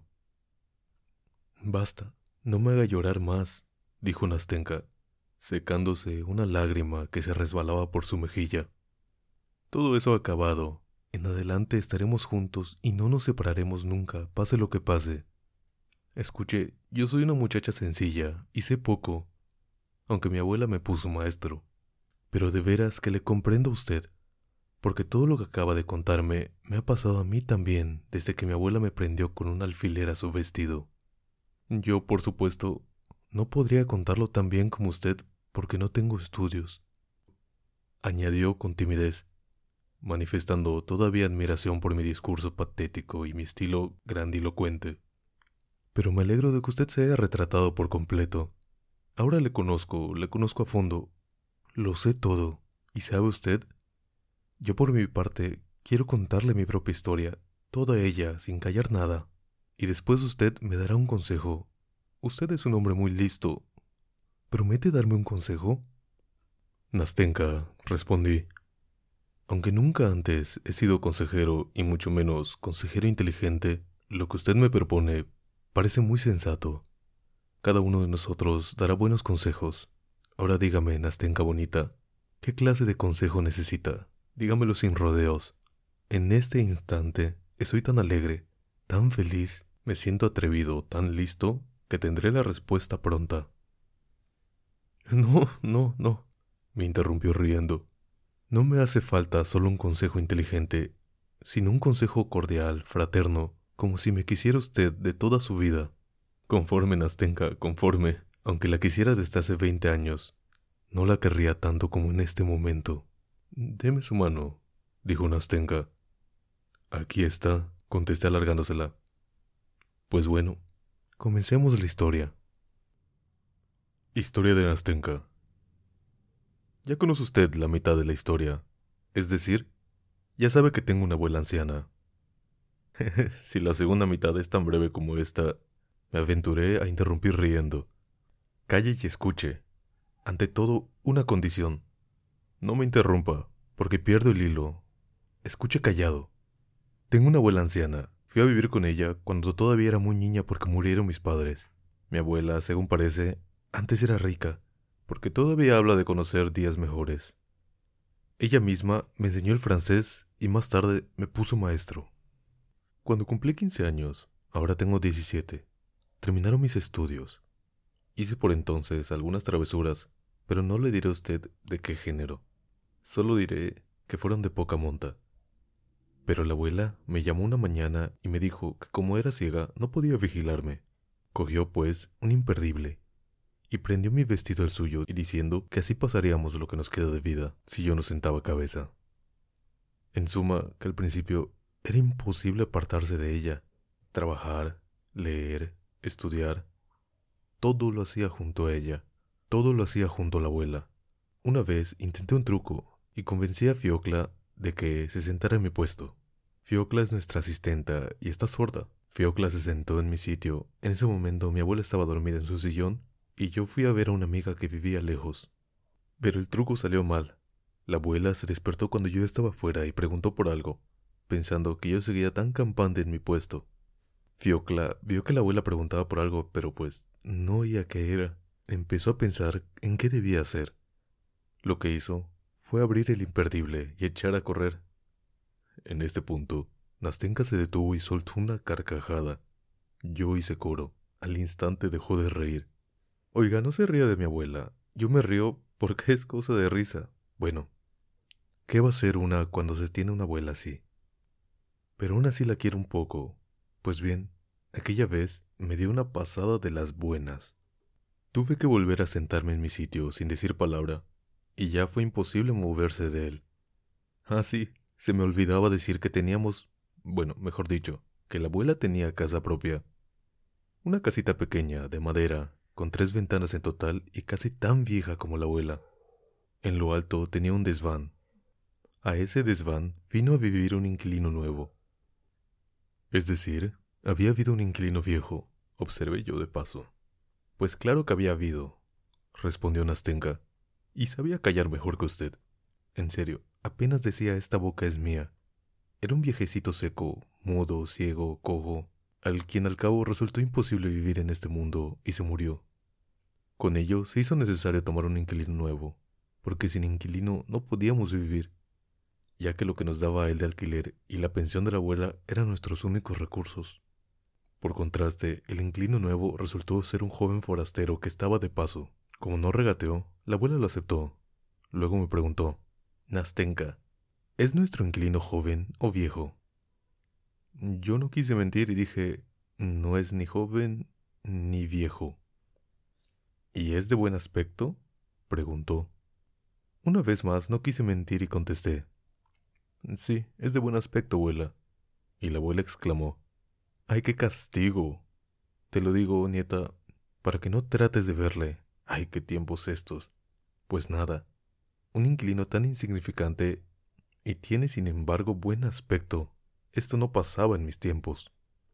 Basta, no me haga llorar más, dijo Nastenka, secándose una lágrima que se resbalaba por su mejilla. Todo eso ha acabado. En adelante estaremos juntos y no nos separaremos nunca, pase lo que pase. Escuche, yo soy una muchacha sencilla y sé poco, aunque mi abuela me puso maestro. Pero de veras que le comprendo a usted, porque todo lo que acaba de contarme me ha pasado a mí también desde que mi abuela me prendió con un alfiler a su vestido. Yo, por supuesto, no podría contarlo tan bien como usted porque no tengo estudios, añadió con timidez, manifestando todavía admiración por mi discurso patético y mi estilo grandilocuente. Pero me alegro de que usted se haya retratado por completo. Ahora le conozco, le conozco a fondo. Lo sé todo. ¿Y sabe usted? Yo por mi parte quiero contarle mi propia historia, toda ella, sin callar nada. Y después usted me dará un consejo. Usted es un hombre muy listo. ¿Promete darme un consejo? Nastenka, respondí. Aunque nunca antes he sido consejero y mucho menos consejero inteligente, lo que usted me propone parece muy sensato. Cada uno de nosotros dará buenos consejos. Ahora dígame, Nastenka bonita, ¿qué clase de consejo necesita? Dígamelo sin rodeos. En este instante estoy tan alegre, tan feliz, me siento atrevido, tan listo, que tendré la respuesta pronta. No, no, no, me interrumpió riendo. No me hace falta solo un consejo inteligente, sino un consejo cordial, fraterno, como si me quisiera usted de toda su vida. Conforme, Nastenka, conforme, aunque la quisiera desde hace veinte años, no la querría tanto como en este momento. Deme su mano, dijo Nastenka. Aquí está, contesté alargándosela. Pues bueno, comencemos la historia. Historia de Nastenka. Ya conoce usted la mitad de la historia, es decir, ya sabe que tengo una abuela anciana. Si la segunda mitad es tan breve como esta, me aventuré a interrumpir riendo. Calle y escuche. Ante todo, una condición. No me interrumpa, porque pierdo el hilo. Escuche callado. Tengo una abuela anciana. Fui a vivir con ella cuando todavía era muy niña porque murieron mis padres. Mi abuela, según parece, antes era rica, porque todavía habla de conocer días mejores. Ella misma me enseñó el francés y más tarde me puso maestro. Cuando cumplí quince años, ahora tengo diecisiete, terminaron mis estudios. Hice por entonces algunas travesuras, pero no le diré a usted de qué género. Solo diré que fueron de poca monta. Pero la abuela me llamó una mañana y me dijo que como era ciega no podía vigilarme. Cogió, pues, un imperdible y prendió mi vestido al suyo y diciendo que así pasaríamos lo que nos queda de vida si yo no sentaba cabeza. En suma, que al principio era imposible apartarse de ella. Trabajar, leer, estudiar, todo lo hacía junto a ella, todo lo hacía junto a la abuela. Una vez intenté un truco y convencí a Fiocla de que se sentara en mi puesto. Fiocla es nuestra asistenta y está sorda. Fiocla se sentó en mi sitio. En ese momento mi abuela estaba dormida en su sillón y yo fui a ver a una amiga que vivía lejos. Pero el truco salió mal. La abuela se despertó cuando yo estaba fuera y preguntó por algo, pensando que yo seguía tan campante en mi puesto. Fiocla vio que la abuela preguntaba por algo, pero pues no oía qué era. Empezó a pensar en qué debía hacer. Lo que hizo fue abrir el imperdible y echar a correr. En este punto, Nastenka se detuvo y soltó una carcajada. Yo hice coro. Al instante dejó de reír. Oiga, no se ría de mi abuela. Yo me río porque es cosa de risa. Bueno, ¿qué va a ser una cuando se tiene una abuela así? Pero aún así la quiero un poco. Pues bien, aquella vez me dio una pasada de las buenas. Tuve que volver a sentarme en mi sitio sin decir palabra, y ya fue imposible moverse de él. Ah, sí, se me olvidaba decir que teníamos, bueno, mejor dicho, que la abuela tenía casa propia. Una casita pequeña, de madera, con tres ventanas en total y casi tan vieja como la abuela. En lo alto tenía un desván. A ese desván vino a vivir un inquilino nuevo. Es decir, había habido un inquilino viejo, observé yo de paso. Pues claro que había habido, respondió Nastenka, y sabía callar mejor que usted. En serio, apenas decía esta boca es mía. Era un viejecito seco, mudo, ciego, cojo, al quien al cabo resultó imposible vivir en este mundo y se murió. Con ello se hizo necesario tomar un inquilino nuevo, porque sin inquilino no podíamos vivir, ya que lo que nos daba el de alquiler y la pensión de la abuela eran nuestros únicos recursos. Por contraste, el inquilino nuevo resultó ser un joven forastero que estaba de paso. Como no regateó, la abuela lo aceptó. Luego me preguntó, Nastenka, ¿es nuestro inquilino joven o viejo? Yo no quise mentir y dije, no es ni joven ni viejo. ¿Y es de buen aspecto?, preguntó. Una vez más no quise mentir y contesté, sí, es de buen aspecto, abuela. Y la abuela exclamó, ¡ay, qué castigo! Te lo digo, nieta, para que no trates de verle. ¡Ay, qué tiempos estos! Pues nada, un inquilino tan insignificante y tiene sin embargo buen aspecto. Esto no pasaba en mis tiempos.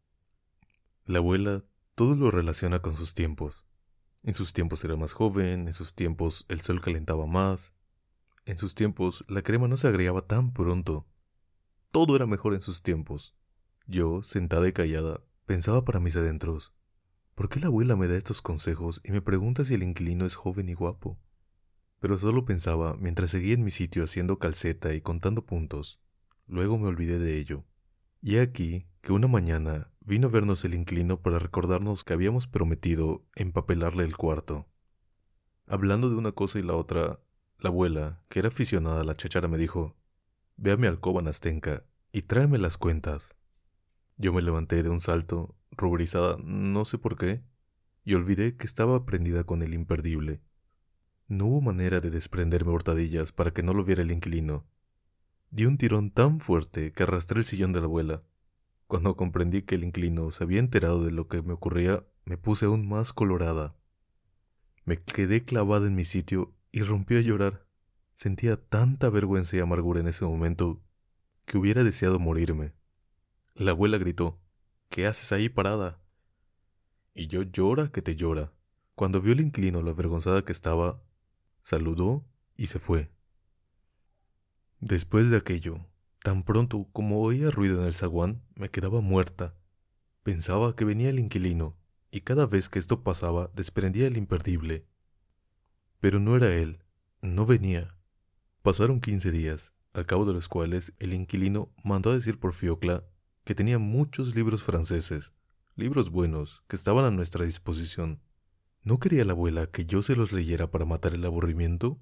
La abuela todo lo relaciona con sus tiempos. En sus tiempos era más joven, en sus tiempos el sol calentaba más, en sus tiempos la crema no se agriaba tan pronto. Todo era mejor en sus tiempos. Yo, sentada y callada, pensaba para mis adentros, ¿por qué la abuela me da estos consejos y me pregunta si el inquilino es joven y guapo? Pero solo pensaba mientras seguía en mi sitio haciendo calceta y contando puntos. Luego me olvidé de ello. Y he aquí que una mañana vino a vernos el inquilino para recordarnos que habíamos prometido empapelarle el cuarto. Hablando de una cosa y la otra, la abuela, que era aficionada a la cháchara, me dijo, ve a mi alcoba, Nastenka, y tráeme las cuentas. Yo me levanté de un salto, ruborizada, no sé por qué, y olvidé que estaba prendida con el imperdible. No hubo manera de desprenderme hurtadillas para que no lo viera el inquilino. Di un tirón tan fuerte que arrastré el sillón de la abuela. Cuando comprendí que el inquilino se había enterado de lo que me ocurría, me puse aún más colorada. Me quedé clavada en mi sitio y rompí a llorar. Sentía tanta vergüenza y amargura en ese momento que hubiera deseado morirme. La abuela gritó, ¿qué haces ahí parada? Y yo llora que te llora. Cuando vio el inquilino lo avergonzada que estaba, saludó y se fue. Después de aquello, tan pronto como oía ruido en el zaguán, me quedaba muerta. Pensaba que venía el inquilino, y cada vez que esto pasaba desprendía el imperdible. Pero no era él, no venía. Pasaron quince días, al cabo de los cuales el inquilino mandó a decir por Fiocla que tenía muchos libros franceses, libros buenos, que estaban a nuestra disposición. ¿No quería la abuela que yo se los leyera para matar el aburrimiento?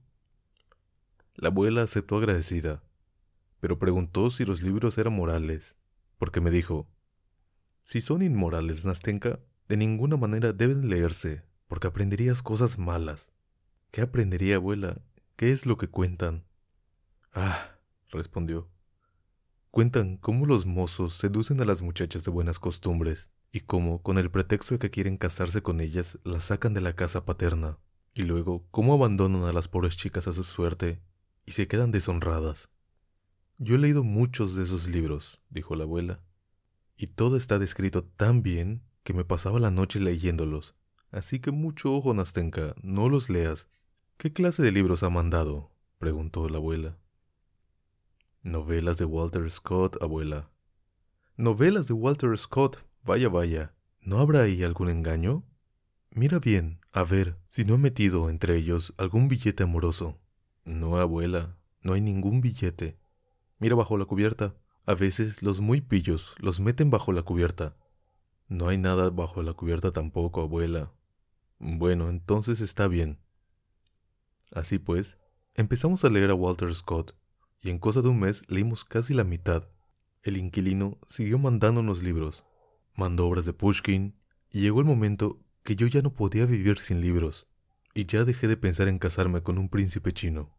La abuela aceptó agradecida, pero preguntó si los libros eran morales, porque me dijo: si son inmorales, Nastenka, de ninguna manera deben leerse, porque aprenderías cosas malas. ¿Qué aprendería, abuela? ¿Qué es lo que cuentan? Ah, respondió. Cuentan cómo los mozos seducen a las muchachas de buenas costumbres, y cómo, con el pretexto de que quieren casarse con ellas, las sacan de la casa paterna, y luego cómo abandonan a las pobres chicas a su suerte, y se quedan deshonradas. Yo he leído muchos de esos libros, dijo la abuela, y todo está descrito tan bien que me pasaba la noche leyéndolos, así que mucho ojo, Nastenka, no los leas. ¿Qué clase de libros ha mandado?, preguntó la abuela. Novelas de Walter Scott, abuela. Novelas de Walter Scott, vaya, vaya. ¿No habrá ahí algún engaño? Mira bien, a ver, si no he metido entre ellos algún billete amoroso. No, abuela, no hay ningún billete. Mira bajo la cubierta. A veces los muy pillos los meten bajo la cubierta. No hay nada bajo la cubierta tampoco, abuela. Bueno, entonces está bien. Así pues, empezamos a leer a Walter Scott, y en cosa de un mes leímos casi la mitad. El inquilino siguió mandándonos libros, mandó obras de Pushkin, y llegó el momento que yo ya no podía vivir sin libros, y ya dejé de pensar en casarme con un príncipe chino.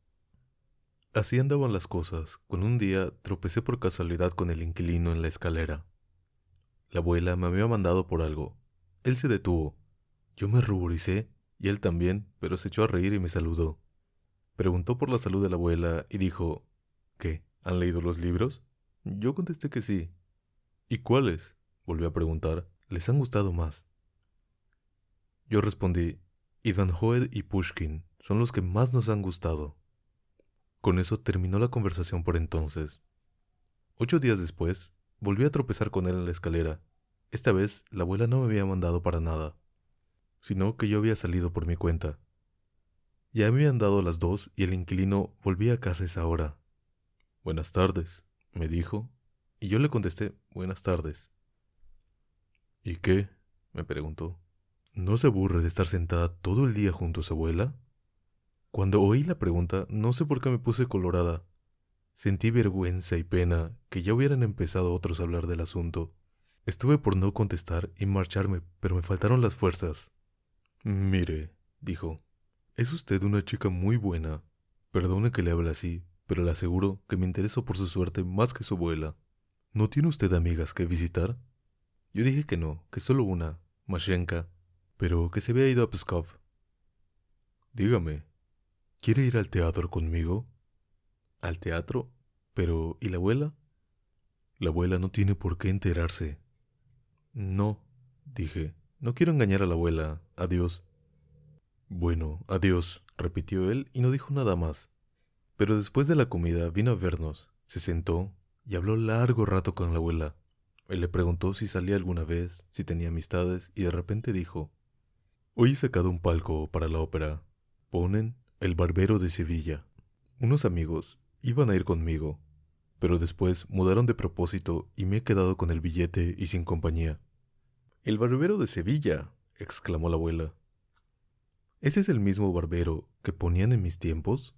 Así andaban las cosas, cuando un día tropecé por casualidad con el inquilino en la escalera. La abuela me había mandado por algo. Él se detuvo. Yo me ruboricé, y él también, pero se echó a reír y me saludó. Preguntó por la salud de la abuela y dijo: ¿qué? ¿Han leído los libros? Yo contesté que sí. ¿Y cuáles?, volvió a preguntar. ¿Les han gustado más? Yo respondí: Ivanhoe y Pushkin son los que más nos han gustado. Con eso terminó la conversación por entonces. Ocho días después, volví a tropezar con él en la escalera. Esta vez, la abuela no me había mandado para nada, sino que yo había salido por mi cuenta. Ya me habían dado las dos y el inquilino volvía a casa a esa hora. «Buenas tardes», me dijo, y yo le contesté: «Buenas tardes». «¿Y qué?», me preguntó. ¿No se aburre de estar sentada todo el día junto a su abuela? Cuando oí la pregunta, no sé por qué me puse colorada. Sentí vergüenza y pena que ya hubieran empezado otros a hablar del asunto. Estuve por no contestar y marcharme, pero me faltaron las fuerzas. «Mire», dijo, «es usted una chica muy buena. Perdone que le hable así, pero le aseguro que me intereso por su suerte más que su abuela. ¿No tiene usted amigas que visitar?» Yo dije que no, que solo una, Mashenka, pero que se había ido a Pskov. «Dígame, ¿quiere ir al teatro conmigo?» «¿Al teatro? Pero, ¿y la abuela?» «La abuela no tiene por qué enterarse». «No», dije, «no quiero engañar a la abuela. Adiós». «Bueno, adiós», repitió él y no dijo nada más. Pero después de la comida vino a vernos, se sentó y habló largo rato con la abuela. Él le preguntó si salía alguna vez, si tenía amistades, y de repente dijo: «Hoy he sacado un palco para la ópera. Ponen El Barbero de Sevilla. Unos amigos iban a ir conmigo, pero después mudaron de propósito y me he quedado con el billete y sin compañía». «El Barbero de Sevilla», exclamó la abuela. «¿Ese es el mismo barbero que ponían en mis tiempos?»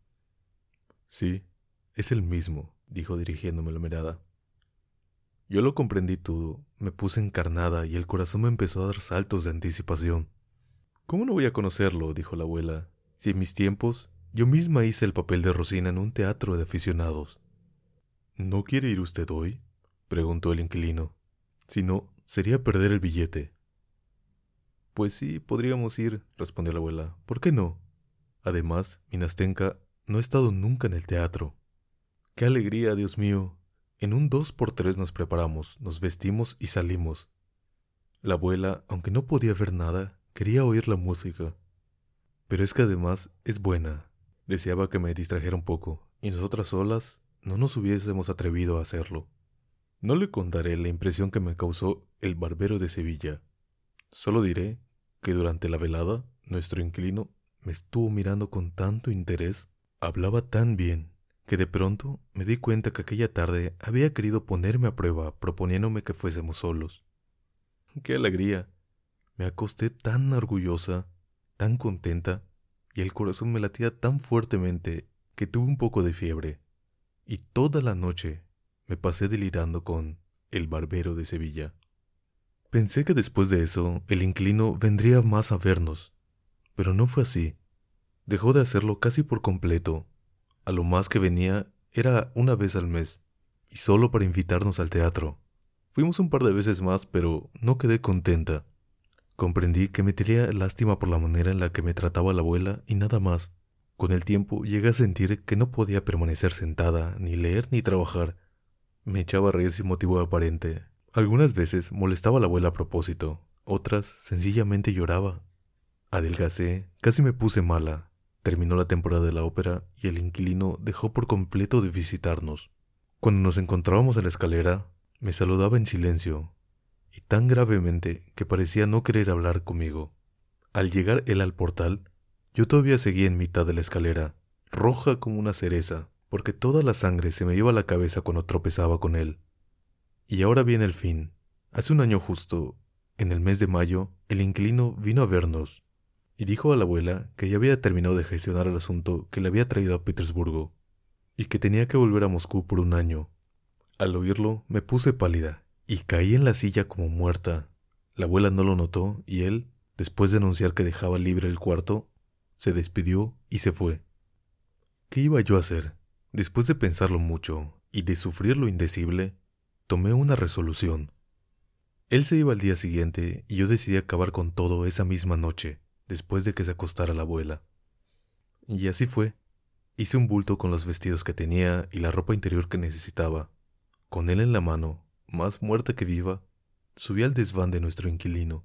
«Sí, es el mismo», dijo dirigiéndome la mirada. Yo lo comprendí todo, me puse encarnada y el corazón me empezó a dar saltos de anticipación. «¿Cómo no voy a conocerlo?», dijo la abuela. «Si en mis tiempos yo misma hice el papel de Rosina en un teatro de aficionados». «¿No quiere ir usted hoy?», preguntó el inquilino. «Si no, sería perder el billete». «Pues sí, podríamos ir», respondió la abuela. «¿Por qué no? Además, mi Nastenka no ha estado nunca en el teatro». «¡Qué alegría, Dios mío!». En un dos por tres nos preparamos, nos vestimos y salimos. La abuela, aunque no podía ver nada, quería oír la música. Pero es que además es buena. Deseaba que me distrajera un poco, y nosotras solas no nos hubiésemos atrevido a hacerlo. No le contaré la impresión que me causó el barbero de Sevilla. Solo diré que durante la velada, nuestro inquilino me estuvo mirando con tanto interés, hablaba tan bien, que de pronto me di cuenta que aquella tarde había querido ponerme a prueba proponiéndome que fuésemos solos. ¡Qué alegría! Me acosté tan orgullosa, tan contenta, y el corazón me latía tan fuertemente que tuve un poco de fiebre, y toda la noche me pasé delirando con el barbero de Sevilla. Pensé que después de eso el inquilino vendría más a vernos, pero no fue así. Dejó de hacerlo casi por completo. A lo más que venía era una vez al mes, y solo para invitarnos al teatro. Fuimos un par de veces más, pero no quedé contenta. Comprendí que me tenía lástima por la manera en la que me trataba la abuela y nada más. Con el tiempo llegué a sentir que no podía permanecer sentada, ni leer ni trabajar. Me echaba a reír sin motivo aparente. Algunas veces molestaba a la abuela a propósito, otras sencillamente lloraba. Adelgacé, casi me puse mala. Terminó la temporada de la ópera y el inquilino dejó por completo de visitarnos. Cuando nos encontrábamos en la escalera, me saludaba en silencio, y tan gravemente que parecía no querer hablar conmigo. Al llegar él al portal, yo todavía seguía en mitad de la escalera, roja como una cereza, porque toda la sangre se me iba a la cabeza cuando tropezaba con él. Y ahora viene el fin. Hace un año justo, en el mes de mayo, el inquilino vino a vernos, y dijo a la abuela que ya había terminado de gestionar el asunto que le había traído a Petersburgo, y que tenía que volver a Moscú por un año. Al oírlo, me puse pálida, y caí en la silla como muerta. La abuela no lo notó, y él, después de anunciar que dejaba libre el cuarto, se despidió y se fue. ¿Qué iba yo a hacer? Después de pensarlo mucho, y de sufrir lo indecible, tomé una resolución. Él se iba al día siguiente, y yo decidí acabar con todo esa misma noche, después de que se acostara la abuela. Y así fue. Hice un bulto con los vestidos que tenía y la ropa interior que necesitaba. Con él en la mano, más muerta que viva, subí al desván de nuestro inquilino.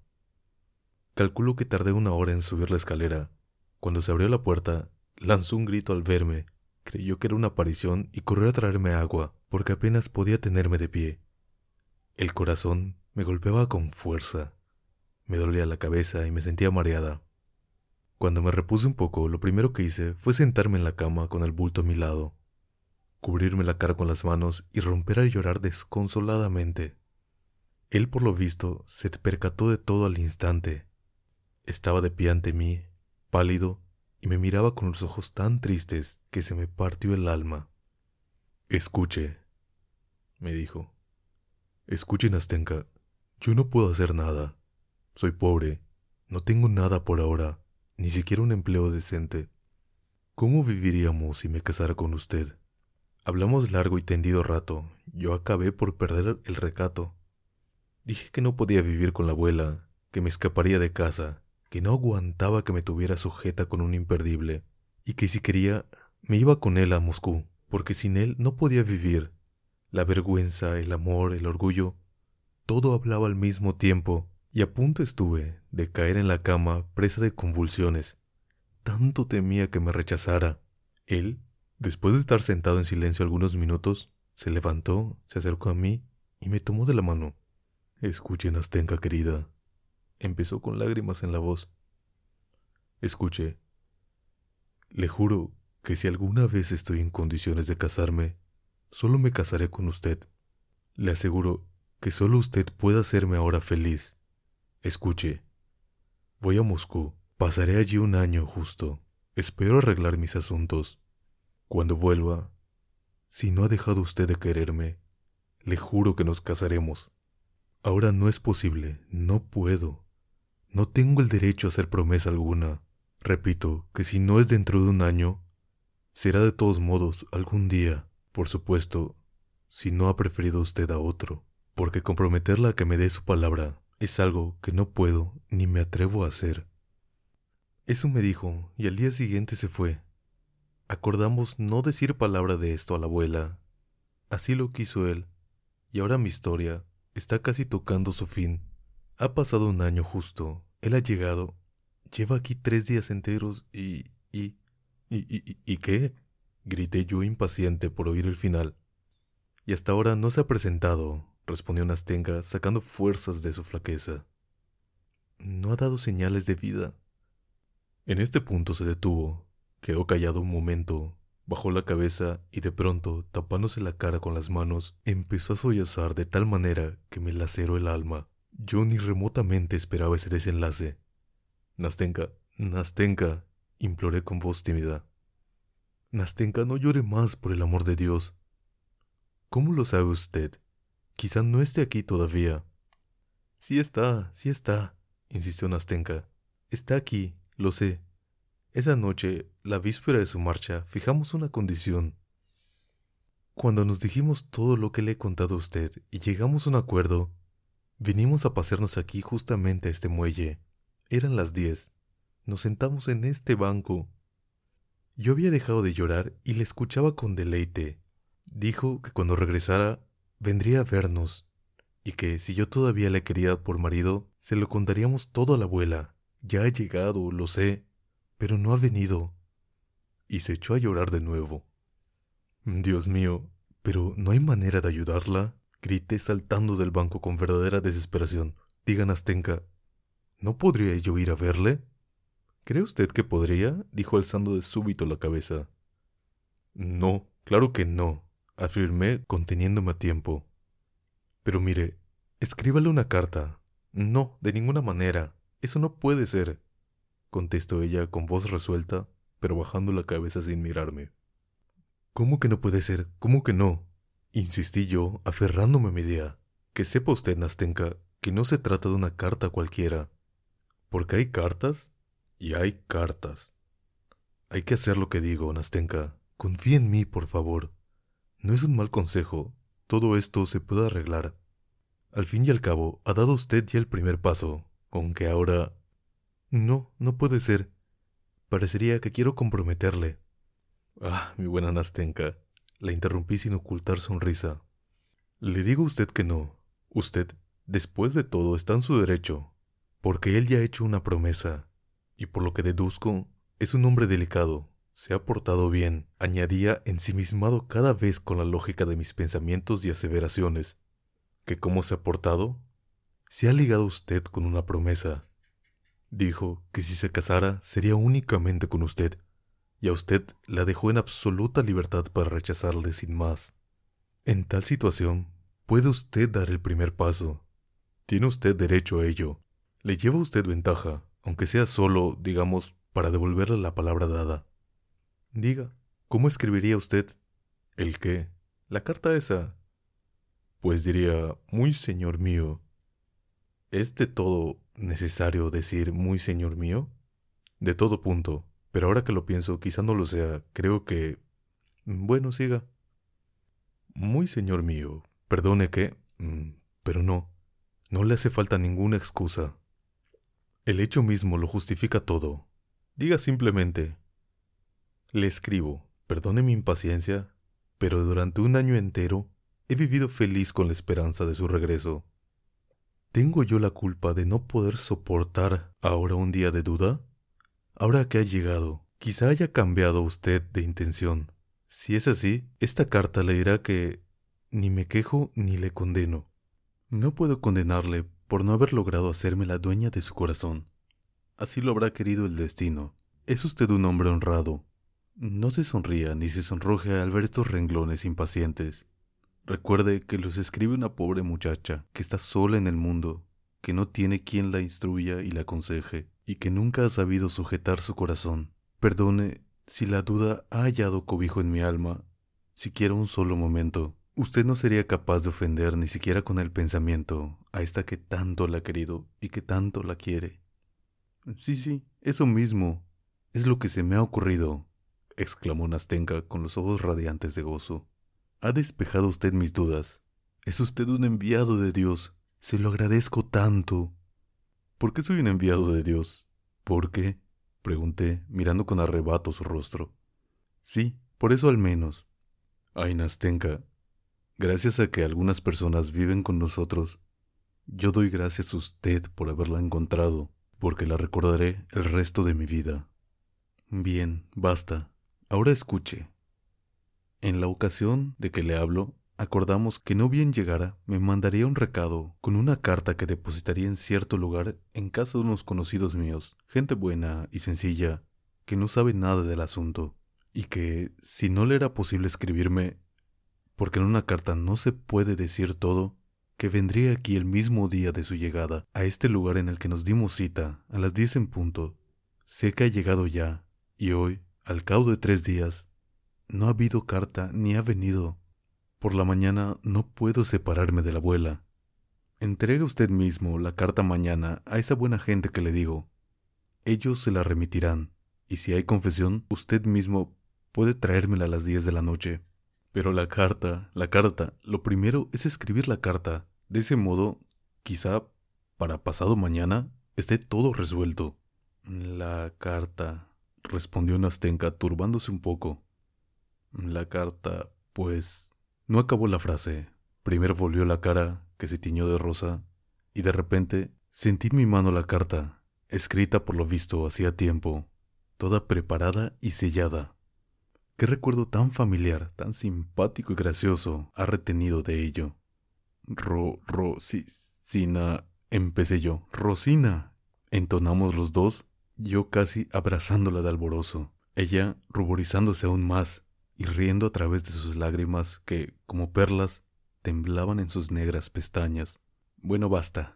Calculo que tardé una hora en subir la escalera. Cuando se abrió la puerta, lanzó un grito al verme. Creyó que era una aparición y corrió a traerme agua, porque apenas podía tenerme de pie. El corazón me golpeaba con fuerza. Me dolía la cabeza y me sentía mareada. Cuando me repuse un poco, lo primero que hice fue sentarme en la cama con el bulto a mi lado, cubrirme la cara con las manos y romper a llorar desconsoladamente. Él, por lo visto, se percató de todo al instante. Estaba de pie ante mí, pálido, y me miraba con los ojos tan tristes que se me partió el alma. «Escuche», me dijo. «Escuche, Nastenka, yo no puedo hacer nada. Soy pobre, no tengo nada por ahora, ni siquiera un empleo decente. ¿Cómo viviríamos si me casara con usted?» Hablamos largo y tendido rato. Yo acabé por perder el recato. Dije que no podía vivir con la abuela, que me escaparía de casa, que no aguantaba que me tuviera sujeta con un imperdible, y que si quería me iba con él a Moscú, porque sin él no podía vivir. La vergüenza, el amor, el orgullo, todo hablaba al mismo tiempo, y a punto estuve de caer en la cama presa de convulsiones. Tanto temía que me rechazara. Él, después de estar sentado en silencio algunos minutos, se levantó, se acercó a mí y me tomó de la mano. «Escuche, Nastenka querida», empezó con lágrimas en la voz. «Escuche, le juro que si alguna vez estoy en condiciones de casarme, solo me casaré con usted. Le aseguro que solo usted puede hacerme ahora feliz. Escuche, voy a Moscú, pasaré allí un año justo, espero arreglar mis asuntos. Cuando vuelva, si no ha dejado usted de quererme, le juro que nos casaremos. Ahora no es posible, no puedo. No tengo el derecho a hacer promesa alguna. Repito que si no es dentro de un año, será de todos modos algún día. Por supuesto, si no ha preferido usted a otro, porque comprometerla a que me dé su palabra es algo que no puedo ni me atrevo a hacer». Eso me dijo, y al día siguiente se fue. Acordamos no decir palabra de esto a la abuela. Así lo quiso él, y ahora mi historia está casi tocando su fin. Ha pasado un año justo, él ha llegado, Lleva aquí tres días enteros y... y... ¿Y, y, y qué? Grité yo impaciente por oír el final. Y hasta ahora no se ha presentado, respondió Nastenka, sacando fuerzas de su flaqueza. No ha dado señales de vida. En este punto se detuvo, quedó callado un momento, bajó la cabeza y de pronto, tapándose la cara con las manos, empezó a sollozar de tal manera que me laceró el alma. Yo ni remotamente esperaba ese desenlace. Nastenka, Nastenka, imploré con voz tímida. Nastenka, no llore más, por el amor de Dios. ¿Cómo lo sabe usted? Quizá no esté aquí todavía. Sí está, sí está, insistió Nastenka. Está aquí, lo sé. Esa noche, la víspera de su marcha, fijamos una condición. Cuando nos dijimos todo lo que le he contado a usted y llegamos a un acuerdo, vinimos a pasearnos aquí justamente a este muelle. Eran las diez. Nos sentamos en este banco. Yo había dejado de llorar y le escuchaba con deleite. Dijo que cuando regresara vendría a vernos y que si yo todavía le quería por marido, se lo contaríamos todo a la abuela. Ya ha llegado, lo sé, pero no ha venido. Y se echó a llorar de nuevo. Dios mío, ¿pero no hay manera de ayudarla? Grité saltando del banco con verdadera desesperación. Diga, Nastenka, ¿no podría yo ir a verle? ¿Cree usted que podría? Dijo alzando de súbito la cabeza. No, claro que no, afirmé conteniéndome a tiempo. Pero mire, escríbale una carta. No, de ninguna manera. Eso no puede ser, contestó ella con voz resuelta, pero bajando la cabeza sin mirarme. ¿Cómo que no puede ser? ¿Cómo que no? Insistí yo, aferrándome a mi idea. Que sepa usted, Nastenka, que no se trata de una carta cualquiera. Porque hay cartas y hay cartas. Hay que hacer lo que digo, Nastenka. Confía en mí, por favor. No es un mal consejo. Todo esto se puede arreglar. Al fin y al cabo, ha dado usted ya el primer paso, aunque ahora... No, no puede ser. Parecería que quiero comprometerle. Ah, mi buena Nastenka, la interrumpí sin ocultar sonrisa. Le digo a usted que no. Usted, después de todo, está en su derecho, porque él ya ha hecho una promesa, y por lo que deduzco, es un hombre delicado. Se ha portado bien, añadía ensimismado cada vez con la lógica de mis pensamientos y aseveraciones. ¿Que cómo se ha portado? Se ha ligado usted con una promesa. Dijo que si se casara sería únicamente con usted, y a usted la dejó en absoluta libertad para rechazarle sin más. En tal situación, puede usted dar el primer paso. Tiene usted derecho a ello. Le lleva usted ventaja, aunque sea solo, digamos, para devolverle la palabra dada. Diga, ¿cómo escribiría usted? ¿El qué? La carta esa. Pues diría, muy señor mío. ¿Es de todo necesario decir muy señor mío? De todo punto, pero ahora que lo pienso, quizá no lo sea, creo que... Bueno, siga. Muy señor mío, perdone que... Pero no, no le hace falta ninguna excusa. El hecho mismo lo justifica todo. Diga simplemente... Le escribo, perdone mi impaciencia, pero durante un año entero he vivido feliz con la esperanza de su regreso. ¿Tengo yo la culpa de no poder soportar ahora un día de duda? Ahora que ha llegado, quizá haya cambiado usted de intención. Si es así, esta carta le dirá que ni me quejo ni le condeno. No puedo condenarle por no haber logrado hacerme la dueña de su corazón. Así lo habrá querido el destino. Es usted un hombre honrado. No se sonría ni se sonroje al ver estos renglones impacientes. Recuerde que los escribe una pobre muchacha que está sola en el mundo, que no tiene quien la instruya y la aconseje, y que nunca ha sabido sujetar su corazón. Perdone si la duda ha hallado cobijo en mi alma, siquiera un solo momento. Usted no sería capaz de ofender ni siquiera con el pensamiento a esta que tanto la ha querido y que tanto la quiere. Sí, sí, eso mismo es lo que se me ha ocurrido, exclamó Nastenka con los ojos radiantes de gozo. Ha despejado usted mis dudas. Es usted un enviado de Dios. Se lo agradezco tanto. ¿Por qué soy un enviado de Dios? ¿Por qué? Pregunté, mirando con arrebato su rostro. Sí, por eso al menos. Ay, Nastenka, gracias a que algunas personas viven con nosotros, yo doy gracias a usted por haberla encontrado. porque la recordaré el resto de mi vida. Bien, basta. Ahora escuche. En la ocasión de que le hablo, acordamos que no bien llegara, me mandaría un recado con una carta que depositaría en cierto lugar en casa de unos conocidos míos, gente buena y sencilla, que no sabe nada del asunto, y que, si no le era posible escribirme, porque en una carta no se puede decir todo, que vendría aquí el mismo día de su llegada, a este lugar en el que nos dimos cita, a las diez en punto. Sé que ha llegado ya, y hoy, al cabo de tres días, no ha habido carta ni ha venido. Por la mañana no puedo separarme de la abuela. Entregue usted mismo la carta mañana a esa buena gente que le digo. Ellos se la remitirán, y si hay confesión, usted mismo puede traérmela a las diez de la noche. Pero la carta, la carta, lo primero es escribir la carta. De ese modo, quizá para pasado mañana esté todo resuelto. La carta, respondió Nastenka turbándose un poco. La carta, pues... No acabó la frase. Primero volvió la cara, que se tiñó de rosa, y de repente sentí en mi mano la carta, escrita por lo visto hacía tiempo, toda preparada y sellada. Qué recuerdo tan familiar, tan simpático y gracioso ha retenido de ello. Ro, ro, si, sina, empecé yo. Rosina, entonamos los dos, yo casi abrazándola de alborozo, ella ruborizándose aún más y riendo a través de sus lágrimas que, como perlas, temblaban en sus negras pestañas. Bueno, basta.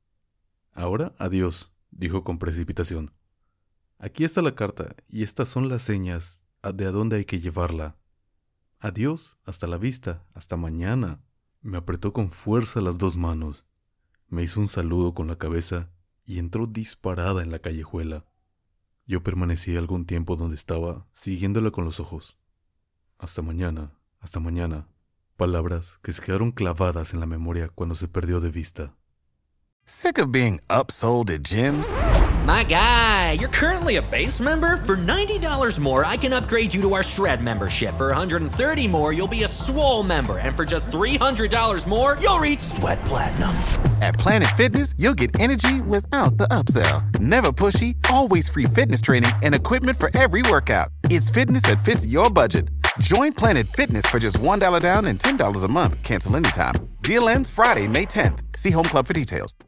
Ahora, adiós, dijo con precipitación. Aquí está la carta y estas son las señas de a dónde hay que llevarla. Adiós, hasta la vista, hasta mañana. Me apretó con fuerza las dos manos, me hizo un saludo con la cabeza y entró disparada en la callejuela. Yo permanecí algún tiempo donde estaba, siguiéndola con los ojos. Hasta mañana, hasta mañana. Palabras que se quedaron clavadas en la memoria cuando se perdió de vista. Sick of being upsold at gyms? My guy, you're currently a base member? For ninety dollars more, I can upgrade you to our Shred membership. For one hundred thirty dollars more, you'll be a Swole member. And for just three hundred dollars more, you'll reach Sweat Platinum. At Planet Fitness, you'll get energy without the upsell. Never pushy, always free fitness training and equipment for every workout. It's fitness that fits your budget. Join Planet Fitness for just one dollar down and ten dollars a month. Cancel anytime. Deal ends Friday, May tenth. See Home Club for details.